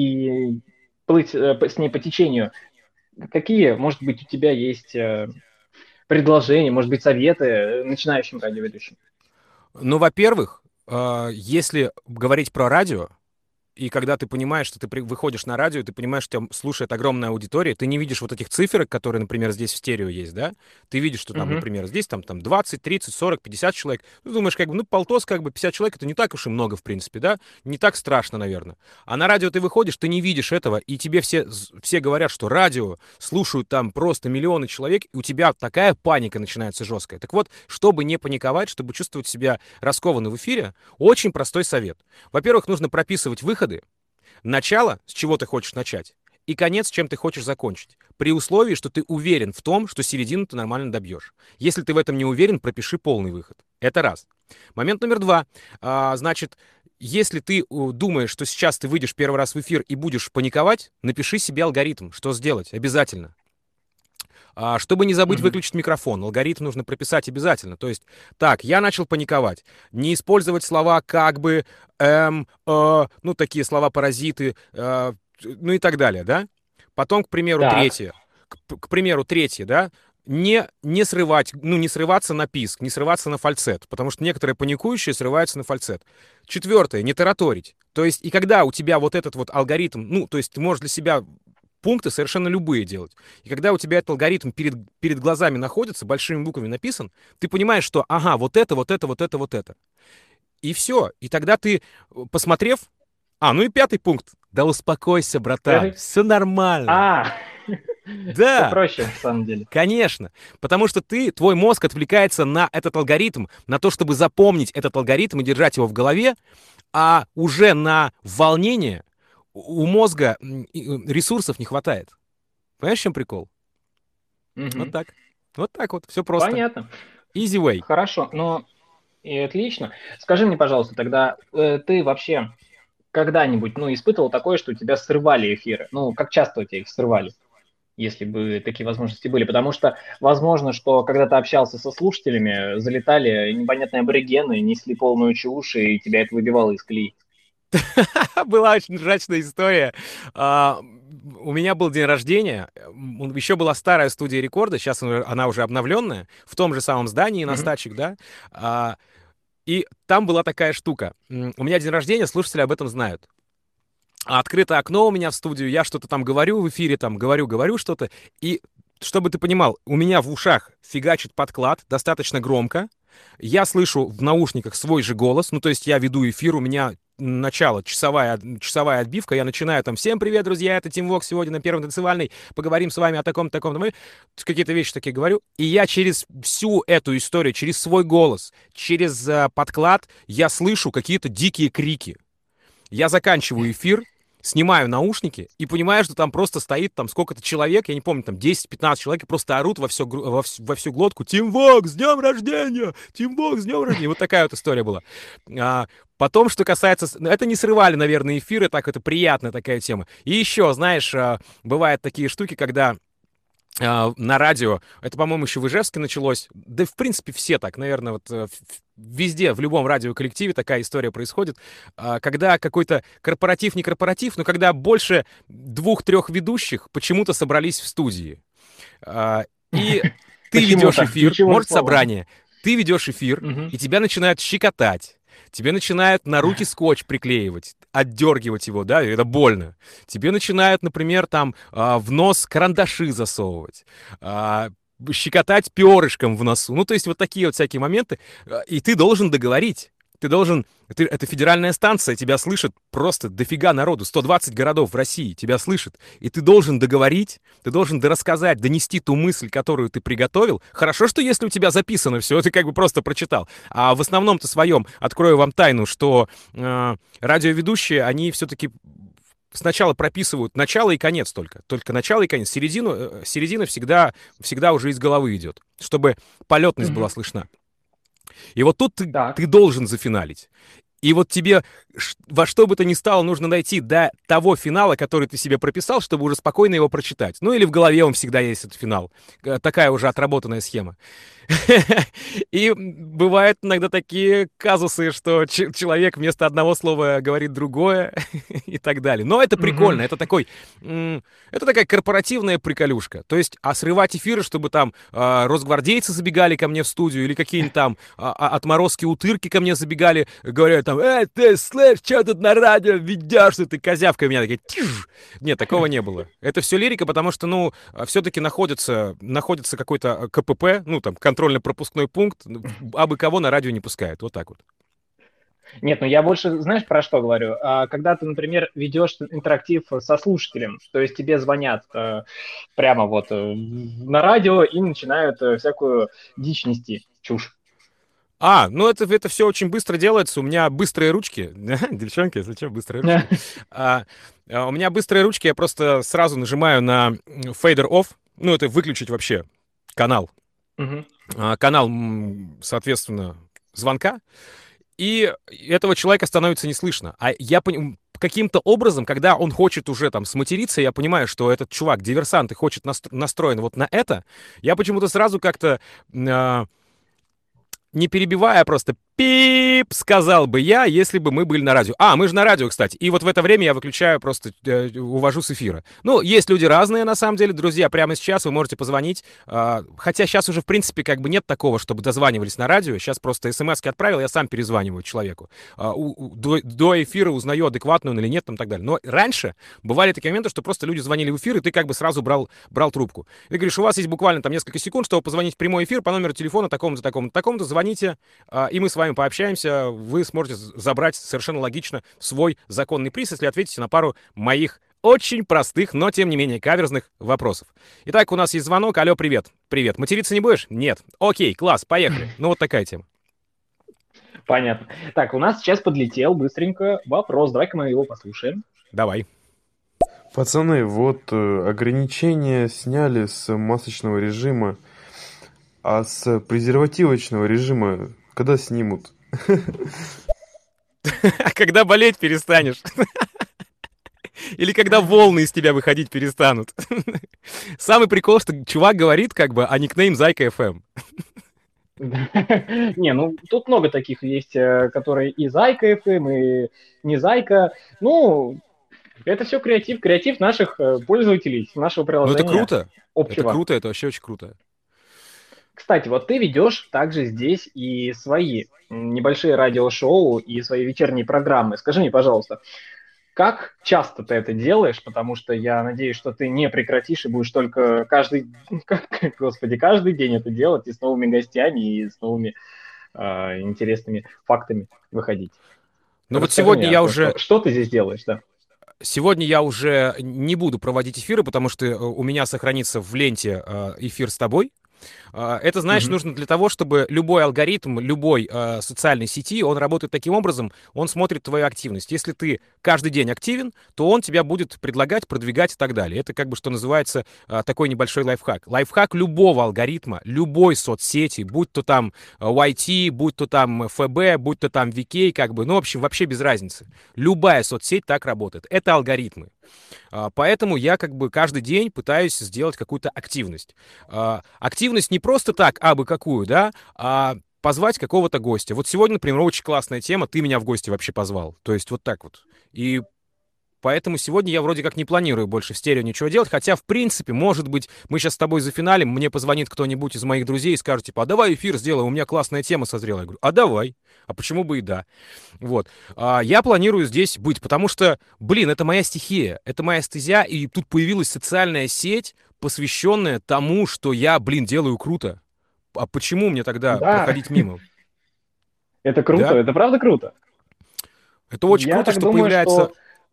и плыть э, по- с ней по течению, какие, может быть, у тебя есть э, предложения, может быть, советы э, начинающим радиоведущим? Ну, во-первых, а, если говорить про радио, и когда ты понимаешь, что ты при- выходишь на радио, ты понимаешь, что тебя слушает огромная аудитория, ты не видишь вот этих циферок, которые, например, здесь в стерео есть, да? Ты видишь, что там, Мгм. например, здесь там, там двадцать, тридцать, сорок, пятьдесят человек. Ну, думаешь, как бы, ну, полтос, как бы, пятьдесят человек, это не так уж и много, в принципе, да? Не так страшно, наверное. А на радио ты выходишь, ты не видишь этого, и тебе все, з- все говорят, что радио слушают там просто миллионы человек, и у тебя такая паника начинается жесткая. Так вот, чтобы не паниковать, чтобы чувствовать себя раскованно в эфире, очень простой совет. Во-первых, нужно прописывать выходы, начало, с чего ты хочешь начать, и конец, чем ты хочешь закончить. При условии, что ты уверен в том, что середину ты нормально добьешь. Если ты в этом не уверен, пропиши полный выход. Это раз. Момент номер два. А, значит, если ты у, думаешь, что сейчас ты выйдешь первый раз в эфир и будешь паниковать, напиши себе алгоритм, что сделать обязательно. А, чтобы не забыть Мгм. выключить микрофон, алгоритм нужно прописать обязательно. То есть, так, я начал паниковать. Не использовать слова как бы, эм, э, ну, такие слова-паразиты, э, ну и так далее, да? Потом, к примеру, Так. третье. К, п- к примеру, третье, да? Не, не срывать, ну, не срываться на писк, не срываться на фальцет, потому что некоторые паникующие срываются на фальцет. Четвертое, не тараторить. То есть, и когда у тебя вот этот вот алгоритм, ну, то есть ты можешь для себя пункты совершенно любые делать. И когда у тебя этот алгоритм перед, перед глазами находится, большими буквами написан, ты понимаешь, что ага, вот это, вот это, вот это, вот это. И все. И тогда ты, э, посмотрев... А, ну и пятый пункт. Да успокойся, братан, Пятый. все нормально. А, все Да, проще, на самом деле. конечно. Потому что ты, твой мозг отвлекается на этот алгоритм, на то, чтобы запомнить этот алгоритм и держать его в голове, а уже на волнение у у мозга м, и, э, ресурсов не хватает. Понимаешь, в чем прикол? Вот Мгм. так. Вот так вот. Все просто. Понятно. Easy way. Хорошо, но и отлично. Скажи мне, пожалуйста, тогда э, ты вообще когда-нибудь, ну, испытывал такое, что у тебя срывали эфиры? Ну, как часто у тебя их срывали? если бы такие возможности были. Потому что, возможно, что когда ты общался со слушателями, залетали непонятные аборигены, несли полную чушь, и тебя это выбивало из колеи. Была очень ржачная история. А, У меня был день рождения. м, Еще была старая студия рекорда, сейчас она уже обновленная, в том же самом здании на Мгм. Стачек, да. А, И там была такая штука. М, У меня день рождения, слушатели об этом знают. А Открыто окно у меня в студию, я что-то там говорю в эфире, там говорю-говорю что-то, и чтобы ты понимал, у меня в ушах фигачит подклад достаточно громко, я слышу в наушниках свой же голос, ну, то есть я веду эфир, у меня начало, часовая, часовая отбивка, я начинаю там: «Всем привет, друзья, это Тим Вокс, сегодня на Первой танцевальной, поговорим с вами о таком-то, таком-то». Какие-то вещи такие говорю, и я через всю эту историю, через свой голос, через э, подклад, я слышу какие-то дикие крики. Я заканчиваю эфир, снимаю наушники и понимаю, что там просто стоит там сколько-то человек, я не помню, там десять-пятнадцать человек, и просто орут во, всё, гру- во, вс- во всю глотку: «Тим Вокс, с днем рождения! Тим Вокс, с днем рождения!» Вот такая вот история была. А, Потом, что касается... с- ну, Это не срывали, наверное, эфиры, так это приятная такая тема. И еще, знаешь, а, бывают такие штуки, когда а, на радио, это, по-моему, еще в Ижевске началось, да, в принципе, все так, наверное, вот э, в- в- везде, в любом радиоколлективе такая история происходит, а, когда какой-то корпоратив, не корпоратив, но когда больше двух-трех ведущих почему-то собрались в студии. А, И ты ведешь Почему-то, эфир, ключевое может, слово. собрание, ты ведешь эфир, Мгм. и тебя начинают щекотать. Тебе начинают на руки скотч приклеивать, отдергивать его, да, и это больно. Тебе начинают, например, там а, в нос карандаши засовывать, а, щекотать перышком в носу. Ну, то есть вот такие вот всякие моменты. а, И ты должен договорить. Ты должен... ты- это федеральная станция, тебя слышит просто дофига народу. сто двадцать городов в России тебя слышит. И ты должен договорить, ты должен дорассказать, донести ту мысль, которую ты приготовил. Хорошо, что если у тебя записано все, ты как бы просто прочитал. А в основном-то своем, открою вам тайну, что э, радиоведущие, они все-таки сначала прописывают начало и конец только. Только начало и конец. Середину, э, середина всегда, всегда уже из головы идет, чтобы полетность была Мгм. слышна. И вот тут ты, Так. ты должен зафиналить. И вот тебе ш- во что бы то ни стало нужно дойти до того финала, который ты себе прописал, чтобы уже спокойно его прочитать. Ну или в голове он всегда есть, этот финал. Э, Такая уже отработанная схема. И бывают иногда такие казусы, что ч- человек вместо одного слова говорит другое и так далее. Но это Мгм. прикольно, это такой, м, это такая корпоративная приколюшка. То есть, а срывать эфиры, чтобы там а, росгвардейцы забегали ко мне в студию, или какие-нибудь там а, а, отморозки-утырки ко мне забегали, говорят там: «Эй, ты слышь, что тут на радио ведешь, что ты козявка?» Меня такие: «Тиш!» Нет, такого не было. Это все лирика, потому что, ну, все-таки находится, находится какой-то э, КПП, ну, там, контрольно-пропускной пункт, ну, абы кого на радио не пускают. Вот так вот. Нет, ну я больше, знаешь, про что говорю? А, Когда ты, например, ведешь интерактив со слушателем, то есть тебе звонят э, прямо вот э, на радио и начинают э, всякую дичь нести, чушь. А, ну это, это все очень быстро делается. У меня быстрые ручки. Девчонки, если что, быстрые ручки. А, а, у меня быстрые ручки, я просто сразу нажимаю на м, fader off. Ну, это выключить вообще канал. Мгм. А, канал, м, соответственно, звонка. И этого человека становится не слышно. А я поним- каким-то образом, когда он хочет уже там сматериться, я понимаю, что этот чувак диверсант и хочет настро- настроен вот на это, я почему-то сразу как-то а, не перебивая, просто пип, сказал бы я, если бы мы были на радио. А, мы же на радио, кстати. И вот в это время я выключаю, просто э, увожу с эфира. Ну, есть люди разные, на самом деле, друзья. Прямо сейчас вы можете позвонить. а, хотя сейчас уже, в принципе, как бы нет такого, чтобы дозванивались на радио. Сейчас просто смс-ки отправил, я сам перезваниваю человеку. А, у- у- до, до эфира узнаю, адекватный он или нет, там, и так далее. Но раньше бывали такие моменты, что просто люди звонили в эфир, и ты как бы сразу брал, брал трубку. Ты говоришь: у вас есть буквально там несколько секунд, чтобы позвонить в прямой эфир по номеру телефона такому-то, такому-то, такому-то, звоните, а, и мы с вами пообщаемся. Вы сможете з- забрать совершенно логично свой законный приз, если ответите на пару моих очень простых, но тем не менее каверзных вопросов. Итак, у нас есть звонок. Алло, привет. Привет. Материться не будешь? Нет. Окей, класс, поехали. Ну вот такая тема. Понятно. Так, у нас сейчас подлетел быстренько вопрос. Давай-ка мы его послушаем. Давай. Пацаны, вот э, ограничения сняли с масочного режима, а с презервативочного режима когда снимут? А когда болеть перестанешь? Или когда волны из тебя выходить перестанут. Самый прикол, что чувак говорит как бы, а никнейм Зайка эф эм. Не, ну тут много таких есть, э, которые и Зайка эф эм, и не Зайка. Ну, это все креатив, креатив наших э, пользователей, нашего Ну это приложения круто. Это общего. круто, это вообще очень круто. Кстати, вот ты ведешь также здесь и свои м, небольшие радиошоу и свои вечерние программы. Скажи мне, пожалуйста, как часто ты это делаешь? Потому что я надеюсь, что ты не прекратишь и будешь только каждый, как- господи, каждый день это делать и с новыми гостями, и с новыми а, интересными фактами выходить. Ну вот Расскажи сегодня мне о я том, уже что, что ты здесь делаешь, да? Сегодня я уже не буду проводить эфиры, потому что э, у меня сохранится в ленте э, эфир с тобой. А, Это, знаешь, Мгм. нужно для того, чтобы любой алгоритм, любой э, социальной сети, он работает таким образом, он смотрит твою активность. Если ты каждый день активен, то он тебя будет предлагать, продвигать и так далее. Это как бы, что называется, э, такой небольшой лайфхак. Лайфхак любого алгоритма, любой соцсети, будь то там э, уай ти, будь то там эф бэ, будь то там ви кей, как бы, ну, в общем, вообще без разницы. Любая соцсеть так работает. Это алгоритмы. А, Поэтому я как бы каждый день пытаюсь сделать какую-то активность. А, Активность не просто так, абы какую, да, а позвать какого-то гостя. Вот сегодня, например, очень классная тема, ты меня в гости вообще позвал. То есть вот так вот. И поэтому сегодня я вроде как не планирую больше в стерео ничего делать, хотя, в принципе, может быть, мы сейчас с тобой зафиналим, мне позвонит кто-нибудь из моих друзей и скажет, типа, а давай эфир сделаем, у меня классная тема созрела. Я говорю, а давай, а почему бы и да. Вот. А я планирую здесь быть, потому что, блин, это моя стихия, это моя стезя, и тут появилась социальная сеть, посвященная тому, что я, блин, делаю круто. А почему мне тогда Да, проходить мимо? это круто, Да? это правда круто. Это очень Я круто, так что думаю, появляется... что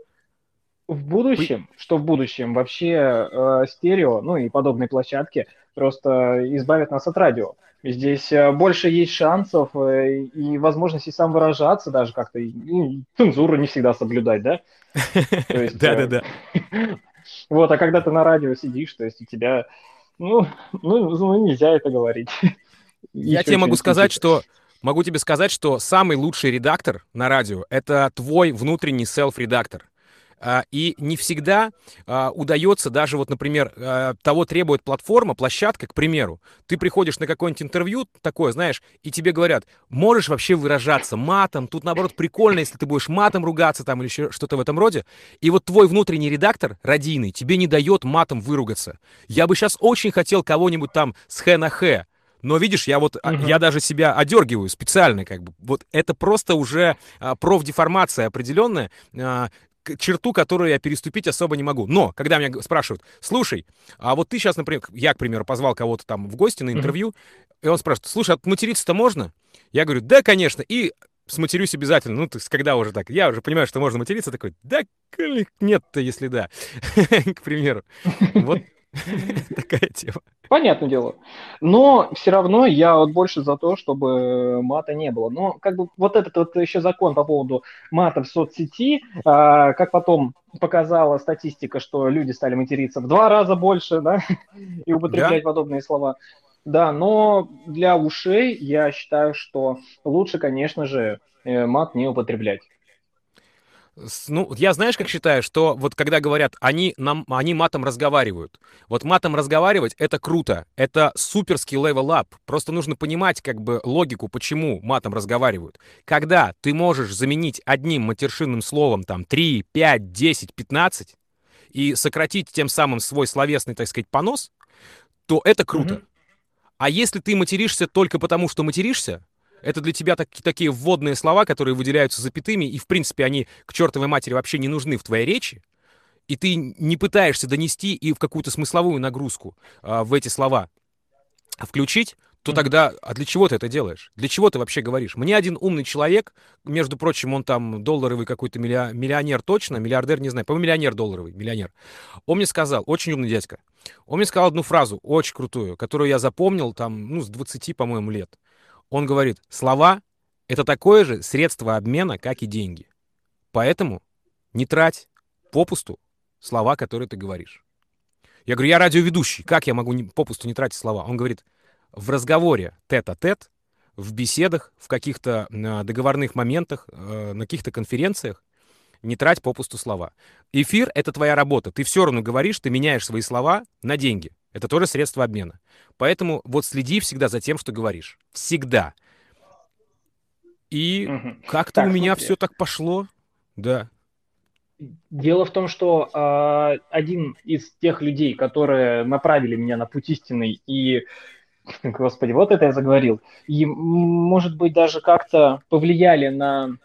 в по- будущем, что в будущем вообще э, стерео, ну и подобные площадки просто избавят нас от радио. Здесь э, больше есть шансов э, и возможности сам выражаться даже как-то, и, и цензуру не всегда соблюдать, да? То есть, э, Да-да-да. вот, а когда ты на радио сидишь, то есть у тебя, ну, ну, ну, нельзя это говорить. Я Еще тебе могу что-нибудь сказать, случится. что могу тебе сказать, что самый лучший редактор на радио — это твой внутренний селф-редактор. А, И не всегда а, удается, даже вот, например, а, того требует платформа, площадка, к примеру. Ты приходишь на какое-нибудь интервью такое, знаешь, и тебе говорят, можешь вообще выражаться матом, тут, наоборот, прикольно, если ты будешь матом ругаться там или еще что-то в этом роде. И вот твой внутренний редактор, радийный, тебе не дает матом выругаться. Я бы сейчас очень хотел кого-нибудь там с хэ на хэ, но видишь, я вот, а, я Мгм. даже себя одергиваю специально, как бы. Вот это просто уже а, профдеформация определенная, а, к- черту, которую я переступить особо не могу. Но, когда меня г- спрашивают, слушай, а вот ты сейчас, например, я, к примеру, позвал кого-то там в гости на Мгм. интервью, и он спрашивает, слушай, а материться-то можно? Я говорю, да, конечно, и сматерюсь обязательно. Ну, то есть, когда уже так, я уже понимаю, что можно материться, такой, да, к- нет-то, если да, к примеру. Вот такая тема. Понятное дело. Но все равно я вот больше за то, чтобы мата не было. Но как бы вот этот вот еще закон по поводу мата в соцсети, а, как потом показала статистика, что люди стали материться в два раза больше, да, и Да? употреблять подобные слова. Да, но для ушей я считаю, что лучше, конечно же, э, мат не употреблять. С- Ну, вот я знаешь, как считаю, что вот когда говорят, они, нам, они матом разговаривают. Вот матом разговаривать — это круто, это суперский level up. Просто нужно понимать как бы логику, почему матом разговаривают. Когда ты можешь заменить одним матершинным словом там три, пять, десять, пятнадцать и сократить тем самым свой словесный, так сказать, понос, то это круто. Мгм. А если ты материшься только потому, что материшься, это для тебя так- такие вводные слова, которые выделяются запятыми, и, в принципе, они к чертовой матери вообще не нужны в твоей речи, и ты не пытаешься донести и в какую-то смысловую нагрузку а, в эти слова включить, то Мгм. тогда, а для чего ты это делаешь? Для чего ты вообще говоришь? Мне один умный человек, между прочим, он там долларовый какой-то миллиа- миллионер точно, миллиардер, не знаю, по-моему, миллионер долларовый, миллионер. Он мне сказал, очень умный дядька, он мне сказал одну фразу, очень крутую, которую я запомнил там, ну, с двадцати, по-моему, лет. Он говорит, слова — это такое же средство обмена, как и деньги. Поэтому не трать попусту слова, которые ты говоришь. Я говорю, я радиоведущий, как я могу не, попусту не тратить слова? Он говорит, в разговоре тет-а-тет, в беседах, в каких-то э, договорных моментах, э, на каких-то конференциях не трать попусту слова. Эфир — это твоя работа. Ты все равно говоришь, ты меняешь свои слова на деньги. Это тоже средство обмена. Поэтому вот следи всегда за тем, что говоришь. Всегда. И Мгм. как-то у Так, меня смотри. все так пошло. Да. Дело в том, что а, один из тех людей, которые направили меня на путь истинный, и, господи, вот это я заговорил, и, м, может быть, даже как-то повлияли на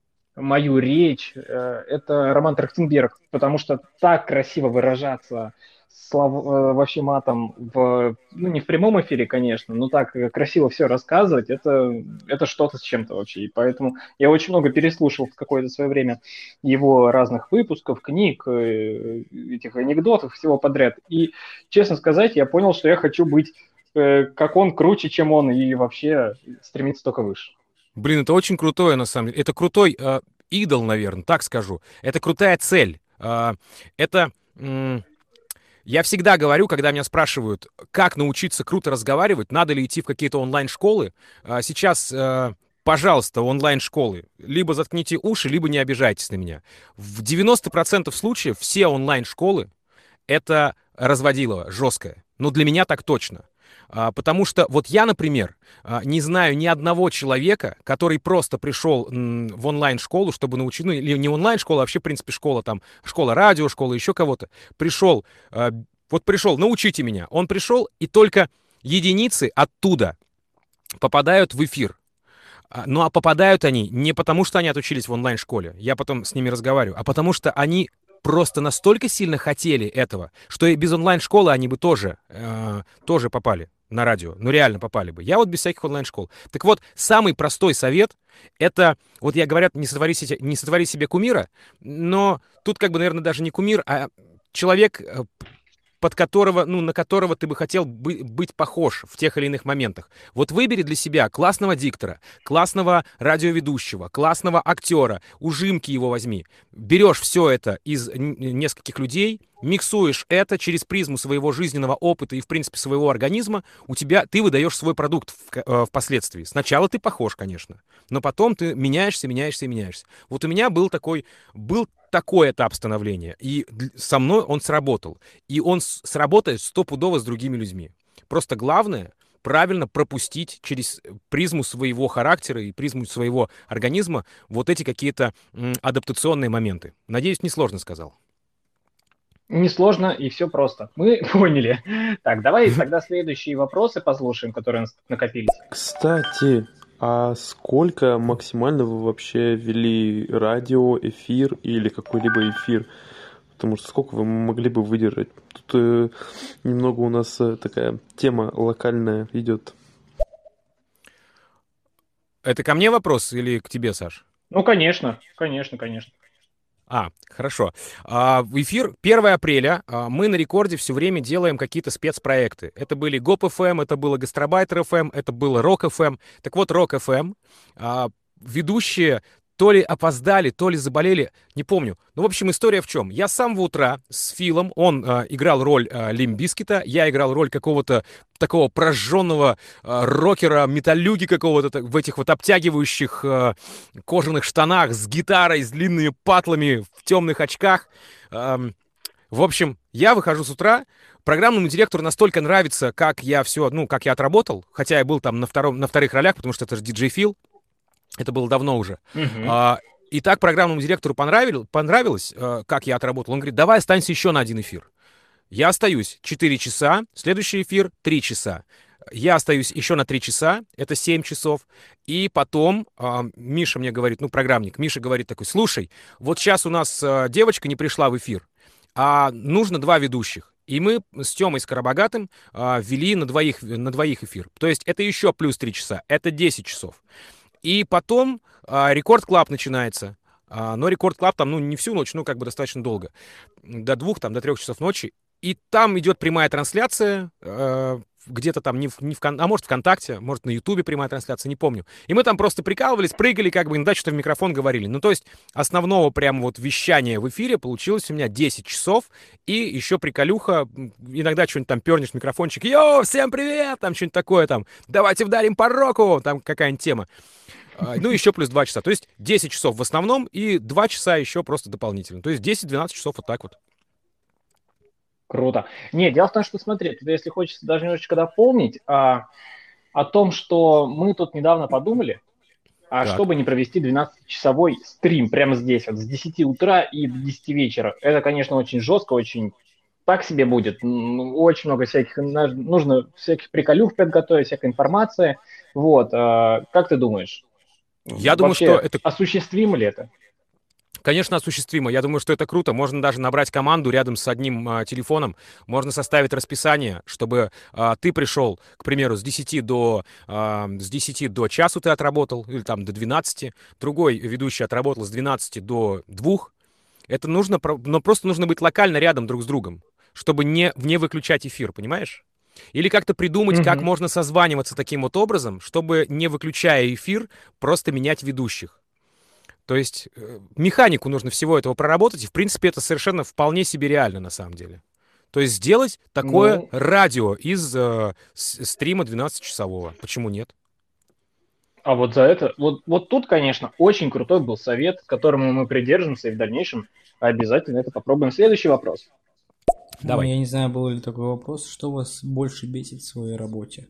мою речь, э, это Роман Трахтенберг, потому что так красиво выражаться слов, э, вообще матом, в, ну не в прямом эфире, конечно, но так э, красиво все рассказывать, это, это что-то с чем-то вообще. И поэтому я очень много переслушал в какое-то свое время его разных выпусков, книг, э, этих анекдотов, всего подряд. И, честно сказать, я понял, что я хочу быть э, как он, круче, чем он, и вообще стремиться только выше. Блин, это очень крутое, на самом деле. Это крутой э, идол, наверное, так скажу. Это крутая цель. Э, это... м, Я всегда говорю, когда меня спрашивают, как научиться круто разговаривать, надо ли идти в какие-то онлайн-школы. А, Сейчас, э, пожалуйста, онлайн-школы. Либо заткните уши, либо не обижайтесь на меня. В девяноста процентах случаев все онлайн-школы — это разводилово, жесткое. Но для меня так точно. А, Потому что вот я, например, а, не знаю ни одного человека, который просто пришел м, в онлайн-школу, чтобы научить, ну или не онлайн-школа, а вообще, в принципе, школа там, школа радио, школа еще кого-то, пришел, а, вот пришел, научите меня. Он пришел, и только единицы оттуда попадают в эфир. А, Ну а попадают они не потому, что они отучились в онлайн-школе, я потом с ними разговариваю, а потому что они просто настолько сильно хотели этого, что и без онлайн-школы они бы тоже, э, тоже попали на радио. Ну реально попали бы. Я вот без всяких онлайн-школ. Так вот, самый простой совет — это, вот я говорят, не сотвори, себе, не сотвори себе кумира, но тут как бы, наверное, даже не кумир, а человек, э, под которого, ну, на которого ты бы хотел бы, быть похож в тех или иных моментах. Вот выбери для себя классного диктора, классного радиоведущего, классного актера, ужимки его возьми. Берешь все это из н- нескольких людей, миксуешь это через призму своего жизненного опыта и, в принципе, своего организма, у тебя, ты выдаешь свой продукт в, ка- э, впоследствии. Сначала ты похож, конечно, но потом ты меняешься, меняешься и меняешься. Вот у меня был такой, был такой этап становления, и дл- со мной он сработал. И он с- сработает стопудово с другими людьми. Просто главное правильно пропустить через призму своего характера и призму своего организма вот эти какие-то м, адаптационные моменты. Надеюсь, несложно сказал. Несложно и все просто. Мы поняли. Так, давай тогда следующие вопросы послушаем, которые у нас накопились. Кстати, а сколько максимально вы вообще вели радио, эфир или какой-либо эфир? Потому что сколько вы могли бы выдержать? Тут э, немного у нас э, такая тема локальная идет. Это ко мне вопрос или к тебе, Саш? Ну, конечно, конечно, конечно. А, хорошо. А, в эфир первого апреля а, мы на рекорде все время делаем какие-то спецпроекты. Это были ГОП эф эм, это было Гастробайтер эф эм, это было Рок эф эм. Так вот, Рок эф эм, а, ведущие то ли опоздали, то ли заболели, не помню. Ну, в общем, история в чем? Я с самого утра с Филом, он а, играл роль а, Лимп Бизкита, я играл роль какого-то такого прожженного а, рокера, металлюги какого-то так, в этих вот обтягивающих а, кожаных штанах с гитарой, с длинными патлами, в темных очках. Ам, в общем, я выхожу с утра, программному директору настолько нравится, как я все, ну, как я отработал, хотя я был там на, втором, на вторых ролях, потому что это же диджей Фил, это было давно уже. Мгм. А, и так программному директору понравилось, понравилось, а, как я отработал. Он говорит, давай останься еще на один эфир. Я остаюсь четыре часа, следующий эфир три часа. Я остаюсь еще на три часа, это семь часов. И потом а, Миша мне говорит, ну, программник, Миша говорит такой, слушай, вот сейчас у нас а, девочка не пришла в эфир, а нужно два ведущих. И мы с Тёмой Скоробогатым а, ввели на двоих, на двоих эфир. То есть это еще плюс три часа, это десять часов. И потом а, Рекорд Клаб начинается. А, но Рекорд Клаб там, ну, не всю ночь, ну, как бы достаточно долго. До двух, там, до трех часов ночи. И там идет прямая трансляция. Э, где-то там, не в, не в, а может, ВКонтакте, может, на Ютубе прямая трансляция, не помню. И мы там просто прикалывались, прыгали, как бы, иногда что-то в микрофон говорили. Ну, то есть основного прямо вот вещания в эфире получилось у меня десять часов, и еще приколюха, иногда что-нибудь там пернешь в микрофончик, йоу, всем привет, там что-нибудь такое там, давайте вдарим по року, там какая-нибудь тема. Ну, еще плюс два часа. То есть десять часов в основном и два часа еще просто дополнительно. То есть десять-двенадцать часов вот так вот. Круто. Не, дело в том, что смотри, тут, если хочется даже немножечко дополнить а, о том, что мы тут недавно подумали, а Так. чтобы не провести двенадцатичасовой стрим прямо здесь, вот с десяти утра и до десяти вечера. Это, конечно, очень жестко, очень так себе будет. Ну, очень много всяких, нужно всяких приколюх подготовить, всякой информации. Вот, а, как ты думаешь? Я думаю, Вообще, что это, осуществимо ли это? конечно, осуществимо. Я думаю, что это круто. Можно даже набрать команду рядом с одним а, телефоном. Можно составить расписание, чтобы а, ты пришел, к примеру, с десяти до, а, с десяти до часу ты отработал, или там до двенадцати. Другой ведущий отработал с двенадцати до двух. Это нужно, про- но просто нужно быть локально рядом друг с другом, чтобы не, не выключать эфир, понимаешь? Или как-то придумать, как Мгм. можно созваниваться таким вот образом, чтобы, не выключая эфир, просто менять ведущих. То есть э, механику нужно всего этого проработать, и, в принципе, это совершенно вполне себе реально на самом деле. То есть сделать такое Ну, радио из э, с- стрима двенадцатичасового. Почему нет? а вот за это, вот, вот тут, конечно, очень крутой был совет, которому мы придержимся и в дальнейшем обязательно это попробуем. Следующий вопрос. Ну, Давай. я не знаю, был ли такой вопрос, что вас больше бесит в своей работе?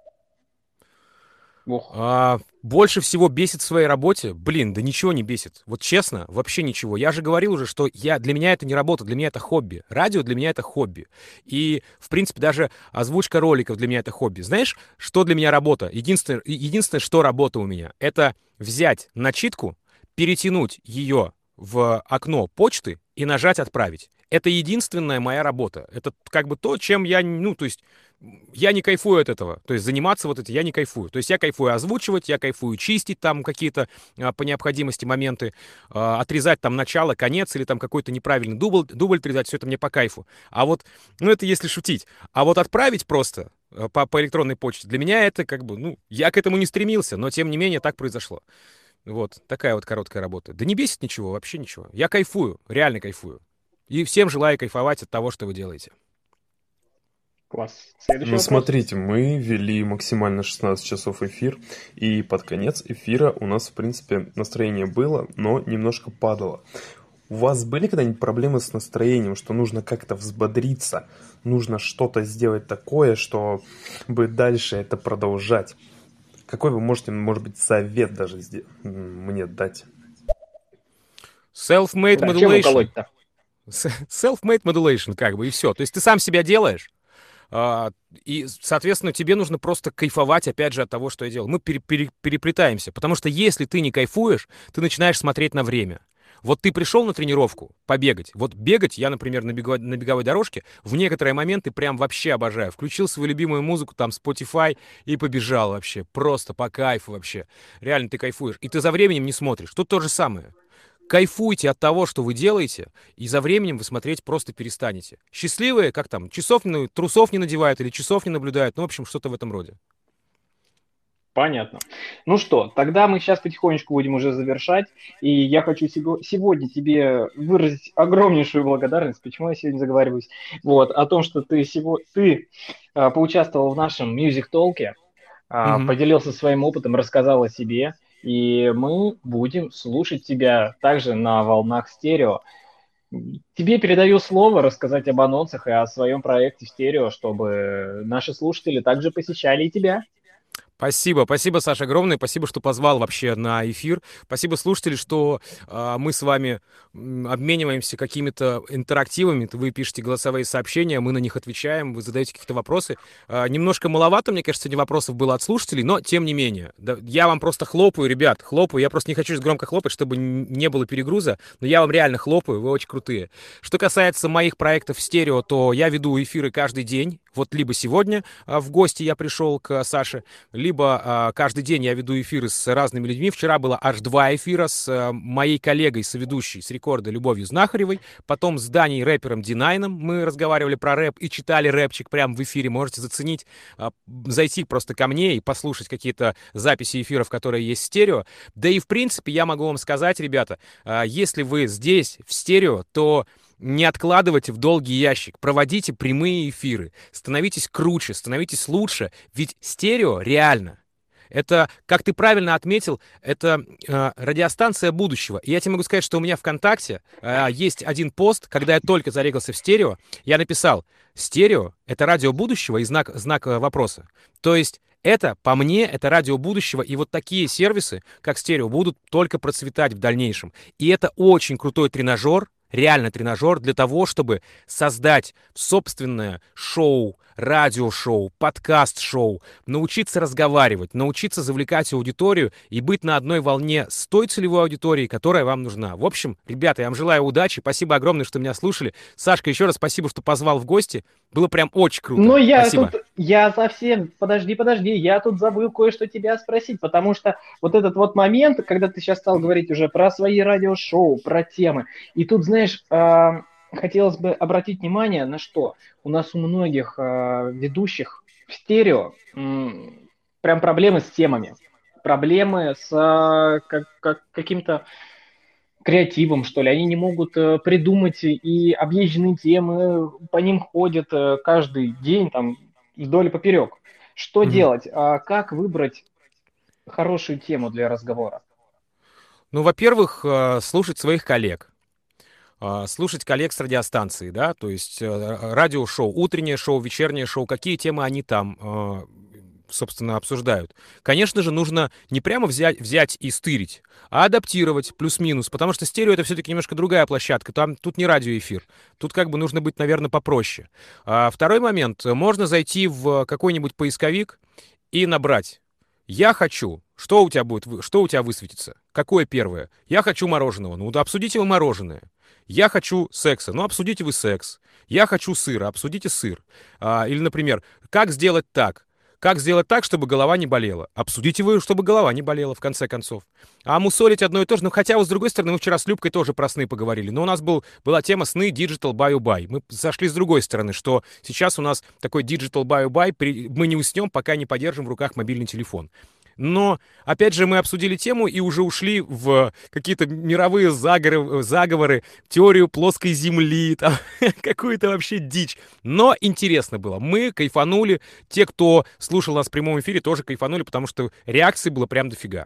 Ох, А, больше всего бесит в своей работе? Блин, да ничего не бесит. Вот честно, вообще ничего. Я же говорил уже, что я, для меня это не работа, для меня это хобби. Радио для меня это хобби. И, в принципе, даже озвучка роликов для меня это хобби. Знаешь, что для меня работа? Единственное, единственное, что работа у меня, это взять начитку, перетянуть ее в окно почты и нажать «Отправить». Это единственная моя работа. Это как бы то, чем я, ну, то есть, я не кайфую от этого. То есть заниматься вот этим я не кайфую. То есть я кайфую озвучивать, я кайфую чистить там какие-то а, по необходимости моменты, а, отрезать там начало, конец или там какой-то неправильный дубль, дубль отрезать, все это мне по кайфу. А вот, ну это если шутить. А вот отправить просто а, по, по электронной почте, для меня это как бы, ну, я к этому не стремился, но тем не менее так произошло. Вот, такая вот короткая работа. Да не бесит ничего, вообще ничего. Я кайфую, реально кайфую. И всем желаю кайфовать от того, что вы делаете. класс. Следующий Ну, вопрос. смотрите, мы вели максимально шестнадцать часов эфир, и под конец эфира у нас, в принципе, настроение было, но немножко падало. У вас были когда-нибудь проблемы с настроением, что нужно как-то взбодриться, нужно что-то сделать такое, чтобы дальше это продолжать? Какой вы можете, может быть, совет даже сде- м, мне дать? Self-made Да, чем modulation. уколоть-то? Self-made modulation, как бы, и все. То есть ты сам себя делаешь, а, и, соответственно, тебе нужно просто кайфовать, опять же, от того, что я делал. Мы пере- пере- переплетаемся, потому что если ты не кайфуешь, ты начинаешь смотреть на время. Вот ты пришел на тренировку побегать. Вот бегать я, например, на беговой, на беговой дорожке в некоторые моменты прям вообще обожаю. Включил свою любимую музыку, там, Spotify, и побежал вообще. Просто по кайфу вообще. Реально ты кайфуешь. И ты за временем не смотришь. Тут то же самое. Кайфуйте от того, что вы делаете, и за временем вы смотреть просто перестанете. Счастливые, как там, часов, не- трусов не надевают или часов не наблюдают. Ну, в общем, что-то в этом роде. Понятно. Ну что, тогда мы сейчас потихонечку будем уже завершать. И я хочу сего- сегодня тебе выразить огромнейшую благодарность. Почему я сегодня заговариваюсь? Вот, о том, что ты, сего... ты а, поучаствовал в нашем Music Talk, а, Мгм. поделился своим опытом, рассказал о себе. И мы будем слушать тебя также на волнах стерео. Тебе передаю слово рассказать об анонсах и о своем проекте в стерео, чтобы наши слушатели также посещали и тебя. Спасибо, спасибо, Саша, огромное. Спасибо, что позвал вообще на эфир. Спасибо, слушатели, что а, мы с вами м, обмениваемся какими-то интерактивами. Вы пишете голосовые сообщения, мы на них отвечаем, вы задаете какие-то вопросы. А, немножко маловато, мне кажется, сегодня вопросов было от слушателей, но тем не менее. Да, я вам просто хлопаю, ребят, хлопаю. Я просто не хочу громко хлопать, чтобы н- не было перегруза, но я вам реально хлопаю, вы очень крутые. Что касается моих проектов в стерео, то я веду эфиры каждый день. Вот либо сегодня а, в гости я пришел к Саше, либо а, каждый день я веду эфиры с разными людьми. Вчера было аж два эфира с а, моей коллегой, соведущей с рекорда Любовью Знахаревой, потом с Даней рэпером Динайном. Мы разговаривали про рэп и читали рэпчик прямо в эфире. Можете заценить, а, зайти просто ко мне и послушать какие-то записи эфиров, которые есть в стерео. Да и в принципе я могу вам сказать, ребята, а, если вы здесь в стерео, то не откладывайте в долгий ящик, проводите прямые эфиры, становитесь круче, становитесь лучше, ведь стерео реально. Это, как ты правильно отметил, это э, радиостанция будущего. И я тебе могу сказать, что у меня ВКонтакте э, есть один пост, когда я только зарегался в стерео, я написал: стерео — это радио будущего, и знак, знак э, вопроса. То есть это, по мне, это радио будущего, и вот такие сервисы, как стерео, будут только процветать в дальнейшем. И это очень крутой тренажер, реально тренажер для того, чтобы создать собственное шоу, радиошоу, подкаст-шоу, научиться разговаривать, научиться завлекать аудиторию и быть на одной волне с той целевой аудиторией, которая вам нужна. В общем, ребята, я вам желаю удачи, спасибо огромное, что меня слушали. Сашка, еще раз спасибо, что позвал в гости. Было прям очень круто. Но я спасибо. тут, я совсем, подожди, подожди, я тут забыл кое-что тебя спросить, потому что вот этот вот момент, когда ты сейчас стал говорить уже про свои радиошоу, про темы, и тут, знаешь, э, хотелось бы обратить внимание на что? У нас у многих э, ведущих в стерео м, прям проблемы с темами, проблемы с э, как, как, каким-то креативом, что ли. Они не могут э, придумать и объезженные темы, по ним ходят э, каждый день, там, вдоль и поперек. Что Мгм. делать? А как выбрать хорошую тему для разговора? Ну, во-первых, э, слушать своих коллег. А, слушать коллег с радиостанции, да, то есть э, радиошоу, утреннее шоу, вечернее шоу, какие темы они там, э, собственно, обсуждают. Конечно же, нужно не прямо взять, взять и стырить, а адаптировать плюс-минус, потому что стерео — это все-таки немножко другая площадка, там, тут не радиоэфир, тут как бы нужно быть, наверное, попроще. А второй момент, можно зайти в какой-нибудь поисковик и набрать: «Я хочу». Что у тебя будет, вы- что у тебя высветится? Какое первое? «Я хочу мороженого». Ну, да обсудите вы мороженое. «Я хочу секса». Ну, обсудите вы секс. «Я хочу сыра». Обсудите сыр. А, или, например, «Как сделать так?» Как сделать так, чтобы голова не болела? Обсудите вы, чтобы голова не болела, в конце концов. А мусолить одно и то же. Ну, хотя, вот, с другой стороны, мы вчера с Любкой тоже про сны поговорили. Но у нас был, была тема сны Digital Bio-Buy. Мы зашли с другой стороны, что сейчас у нас такой Digital Bio-Buy, при- мы не уснем, пока не подержим в руках мобильный телефон. Но, опять же, мы обсудили тему и уже ушли в какие-то мировые заговоры, заговоры, теорию плоской земли, там, какую-то вообще дичь. Но интересно было. Мы кайфанули. Те, кто слушал нас в прямом эфире, тоже кайфанули, потому что реакций было прям дофига.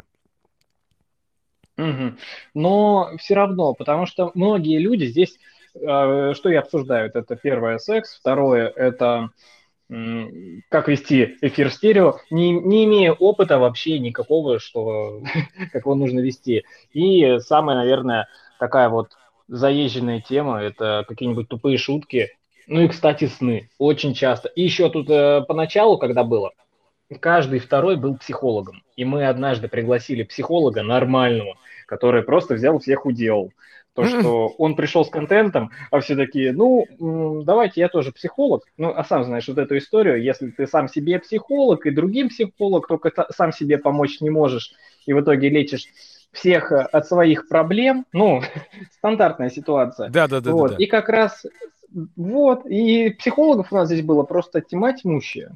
Мгм. Но все равно, потому что многие люди здесь, э, что и обсуждают, это первое — секс, второе — это м, как вести эфир стерео, не, не имея опыта вообще никакого, что, как его нужно вести. И самая, наверное, такая вот заезженная тема — это какие-нибудь тупые шутки. Ну и, кстати, сны. Очень часто. И еще тут э, поначалу, когда было, каждый второй был психологом. И мы однажды пригласили психолога нормального, который просто взял всех уделал. То, что он пришел с контентом, а все такие: ну, м, давайте я тоже психолог. Ну, а сам знаешь вот эту историю, если ты сам себе психолог и другим психолог, только та- сам себе помочь не можешь, и в итоге лечишь всех э, от своих проблем, ну, стандартная ситуация. Вот, Да-да-да-да-да. и как раз, вот, и психологов у нас здесь было просто тьма тьмущая.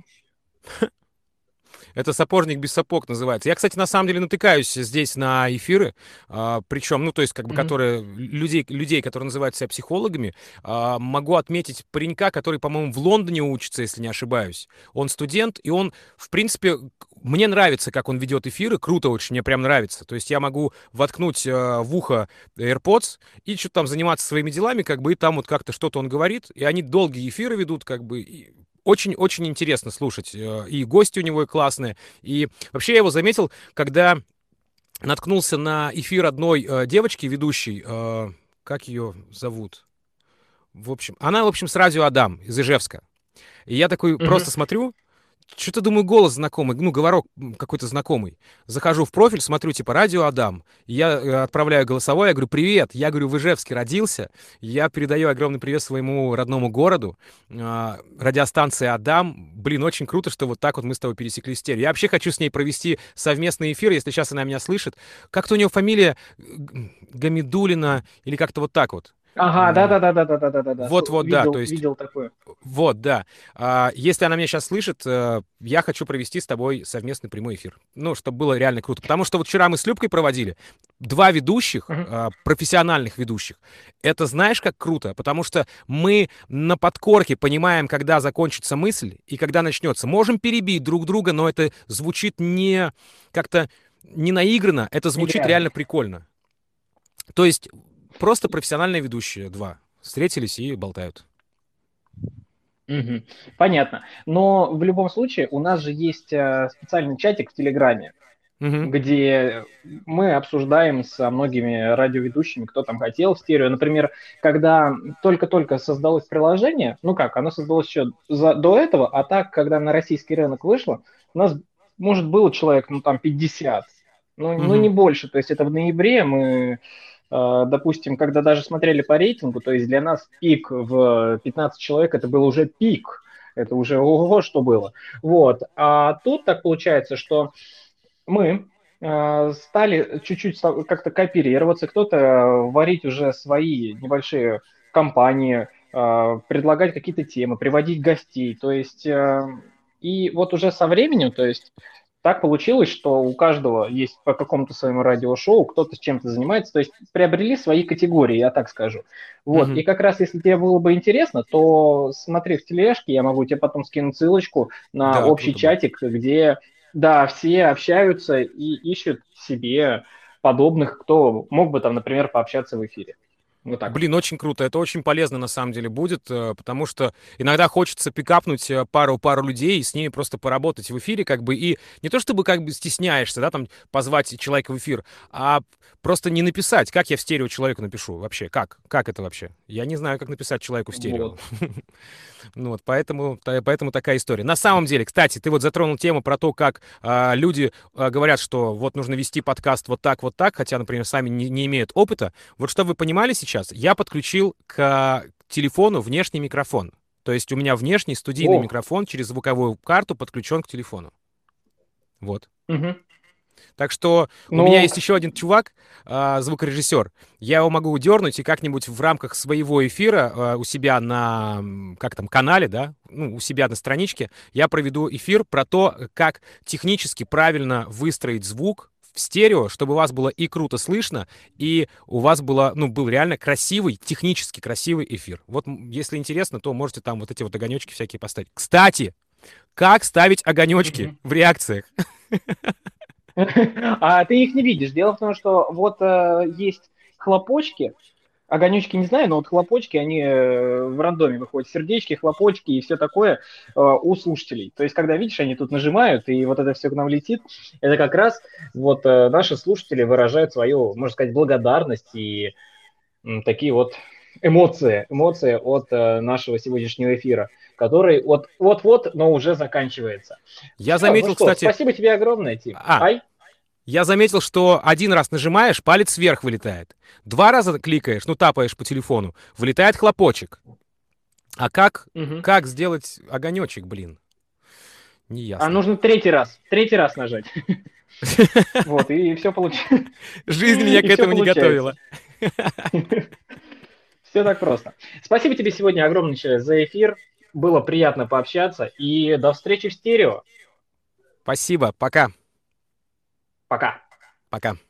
Это «Сапожник без сапог» называется. Я, кстати, на самом деле натыкаюсь здесь на эфиры, а, причем, ну, то есть, как бы, Мгм. которые, людей, людей, которые называют себя психологами. А, могу отметить паренька, который, по-моему, в Лондоне учится, если не ошибаюсь. Он студент, и он, в принципе, к- мне нравится, как он ведет эфиры, круто очень, мне прям нравится. То есть я могу воткнуть э, в ухо AirPods и что-то там заниматься своими делами, как бы, и там вот как-то что-то он говорит, и они долгие эфиры ведут, как бы, и очень-очень интересно слушать. э, И гости у него классные. И вообще я его заметил, когда наткнулся на эфир одной э, девочки, ведущей. э, как ее зовут? В общем, она, в общем, с радио Адам из Ижевска. И я такой Мгм. просто смотрю, что-то думаю, голос знакомый, ну, говорок м, какой-то знакомый. Захожу в профиль, смотрю, типа, радио Адам. Я э, отправляю голосовой, я говорю, привет, я говорю, в Ижевске родился. Я передаю огромный привет своему родному городу. А, радиостанция Адам. Блин, очень круто, что вот так вот мы с тобой пересеклись в стерео. Я вообще хочу с ней провести совместный эфир, если сейчас она меня слышит. Как-то у нее фамилия Г- Гамидулина или как-то вот так вот. Ага, М, да-да-да-да-да-да-да-да. Вот-вот, да, то Видел, есть видел такое. вот, да. А, если она меня сейчас слышит, э, я хочу провести с тобой совместный прямой эфир. Ну, чтобы было реально круто. Потому что вот вчера мы с Любкой проводили два ведущих, Мгм. а, профессиональных ведущих. Это знаешь, как круто? Потому что мы на подкорке понимаем, когда закончится мысль и когда начнется. Можем перебить друг друга, но это звучит не как-то не наигранно, это звучит Игрально. реально прикольно. То есть просто профессиональные ведущие два встретились и болтают. Мгм. Понятно. Но в любом случае у нас же есть э, специальный чатик в Телеграме, Мгм. где мы обсуждаем со многими радиоведущими, кто там хотел в стерео. Например, когда только-только создалось приложение, ну как, оно создалось еще за- до этого, а так, когда на российский рынок вышло, у нас, может, было человек, ну там пятьдесят, ну, ну не Мгм. больше. То есть это в ноябре мы, э, допустим, когда даже смотрели по рейтингу, то есть для нас пик в пятнадцать человек, это был уже пик. Это уже ого, что было. Вот. А тут так получается, что мы э, стали чуть-чуть ста- как-то кооперироваться, кто-то э, варить уже свои небольшие компании, э, предлагать какие-то темы, приводить гостей. То есть, э, и вот уже со временем, то есть, так получилось, что у каждого есть по какому-то своему радиошоу, кто-то с чем-то занимается, то есть приобрели свои категории, я так скажу. Вот, и Мгм. как раз если тебе было бы интересно, то смотри в тележке, я могу тебе потом скинуть ссылочку на Да, общий круто бы. чатик, где да, все общаются и ищут себе подобных, кто мог бы там, например, пообщаться в эфире. Вот так вот. Блин, очень круто. Это очень полезно на самом деле будет, э, потому что иногда хочется пикапнуть э, пару-пару людей и с ними просто поработать в эфире, как бы, и не то чтобы как бы стесняешься, да, там, позвать человека в эфир, а просто не написать, как я в стерео человеку напишу вообще, как, как это вообще? Я не знаю, как написать человеку в стерео. Вот. Ну вот, поэтому, та- поэтому такая история. На самом деле, кстати, ты вот затронул тему про то, как а, люди а, говорят, что вот нужно вести подкаст вот так, вот так, хотя, например, сами не, не имеют опыта. Вот чтобы вы понимали сейчас, я подключил к телефону внешний микрофон. То есть у меня внешний студийный О, микрофон через звуковую карту подключен к телефону. Вот. мгм. Так что у меня Ну, есть еще один чувак, а, звукорежиссер. Я его могу дернуть и как-нибудь в рамках своего эфира а, у себя на, м, как там, канале, да, ну, у себя на страничке, я проведу эфир про то, как технически правильно выстроить звук в стерео, чтобы у вас было и круто слышно, и у вас было, ну, был реально красивый, технически красивый эфир. Вот, м, если интересно, то можете там вот эти вот огонечки всякие поставить. Кстати, как ставить огонечки мгм. в реакциях? А ты их не видишь. Дело в том, что вот э, есть хлопочки, огонечки не знаю, но вот хлопочки, они э, в рандоме выходят, сердечки, хлопочки и все такое э, у слушателей. То есть, когда видишь, они тут нажимают, и вот это все к нам летит, это как раз вот э, наши слушатели выражают свою, можно сказать, благодарность и м, такие вот эмоции, эмоции от э, нашего сегодняшнего эфира, который вот, вот-вот, но уже заканчивается. Я Все, ну заметил, что, кстати... спасибо тебе огромное, Тим. А, Ай, я заметил, что один раз нажимаешь, палец вверх вылетает. Два раза кликаешь, ну, тапаешь по телефону, вылетает хлопочек. А как, мгм. как сделать огонечек, блин? А Неясно. нужно третий раз, третий раз нажать. Вот, и все получается. Жизнь меня И к все этому не получается. готовила. Все так просто. Спасибо тебе сегодня огромное за эфир. Было приятно пообщаться. И до встречи в стерео. Спасибо, пока. Пока. Пока.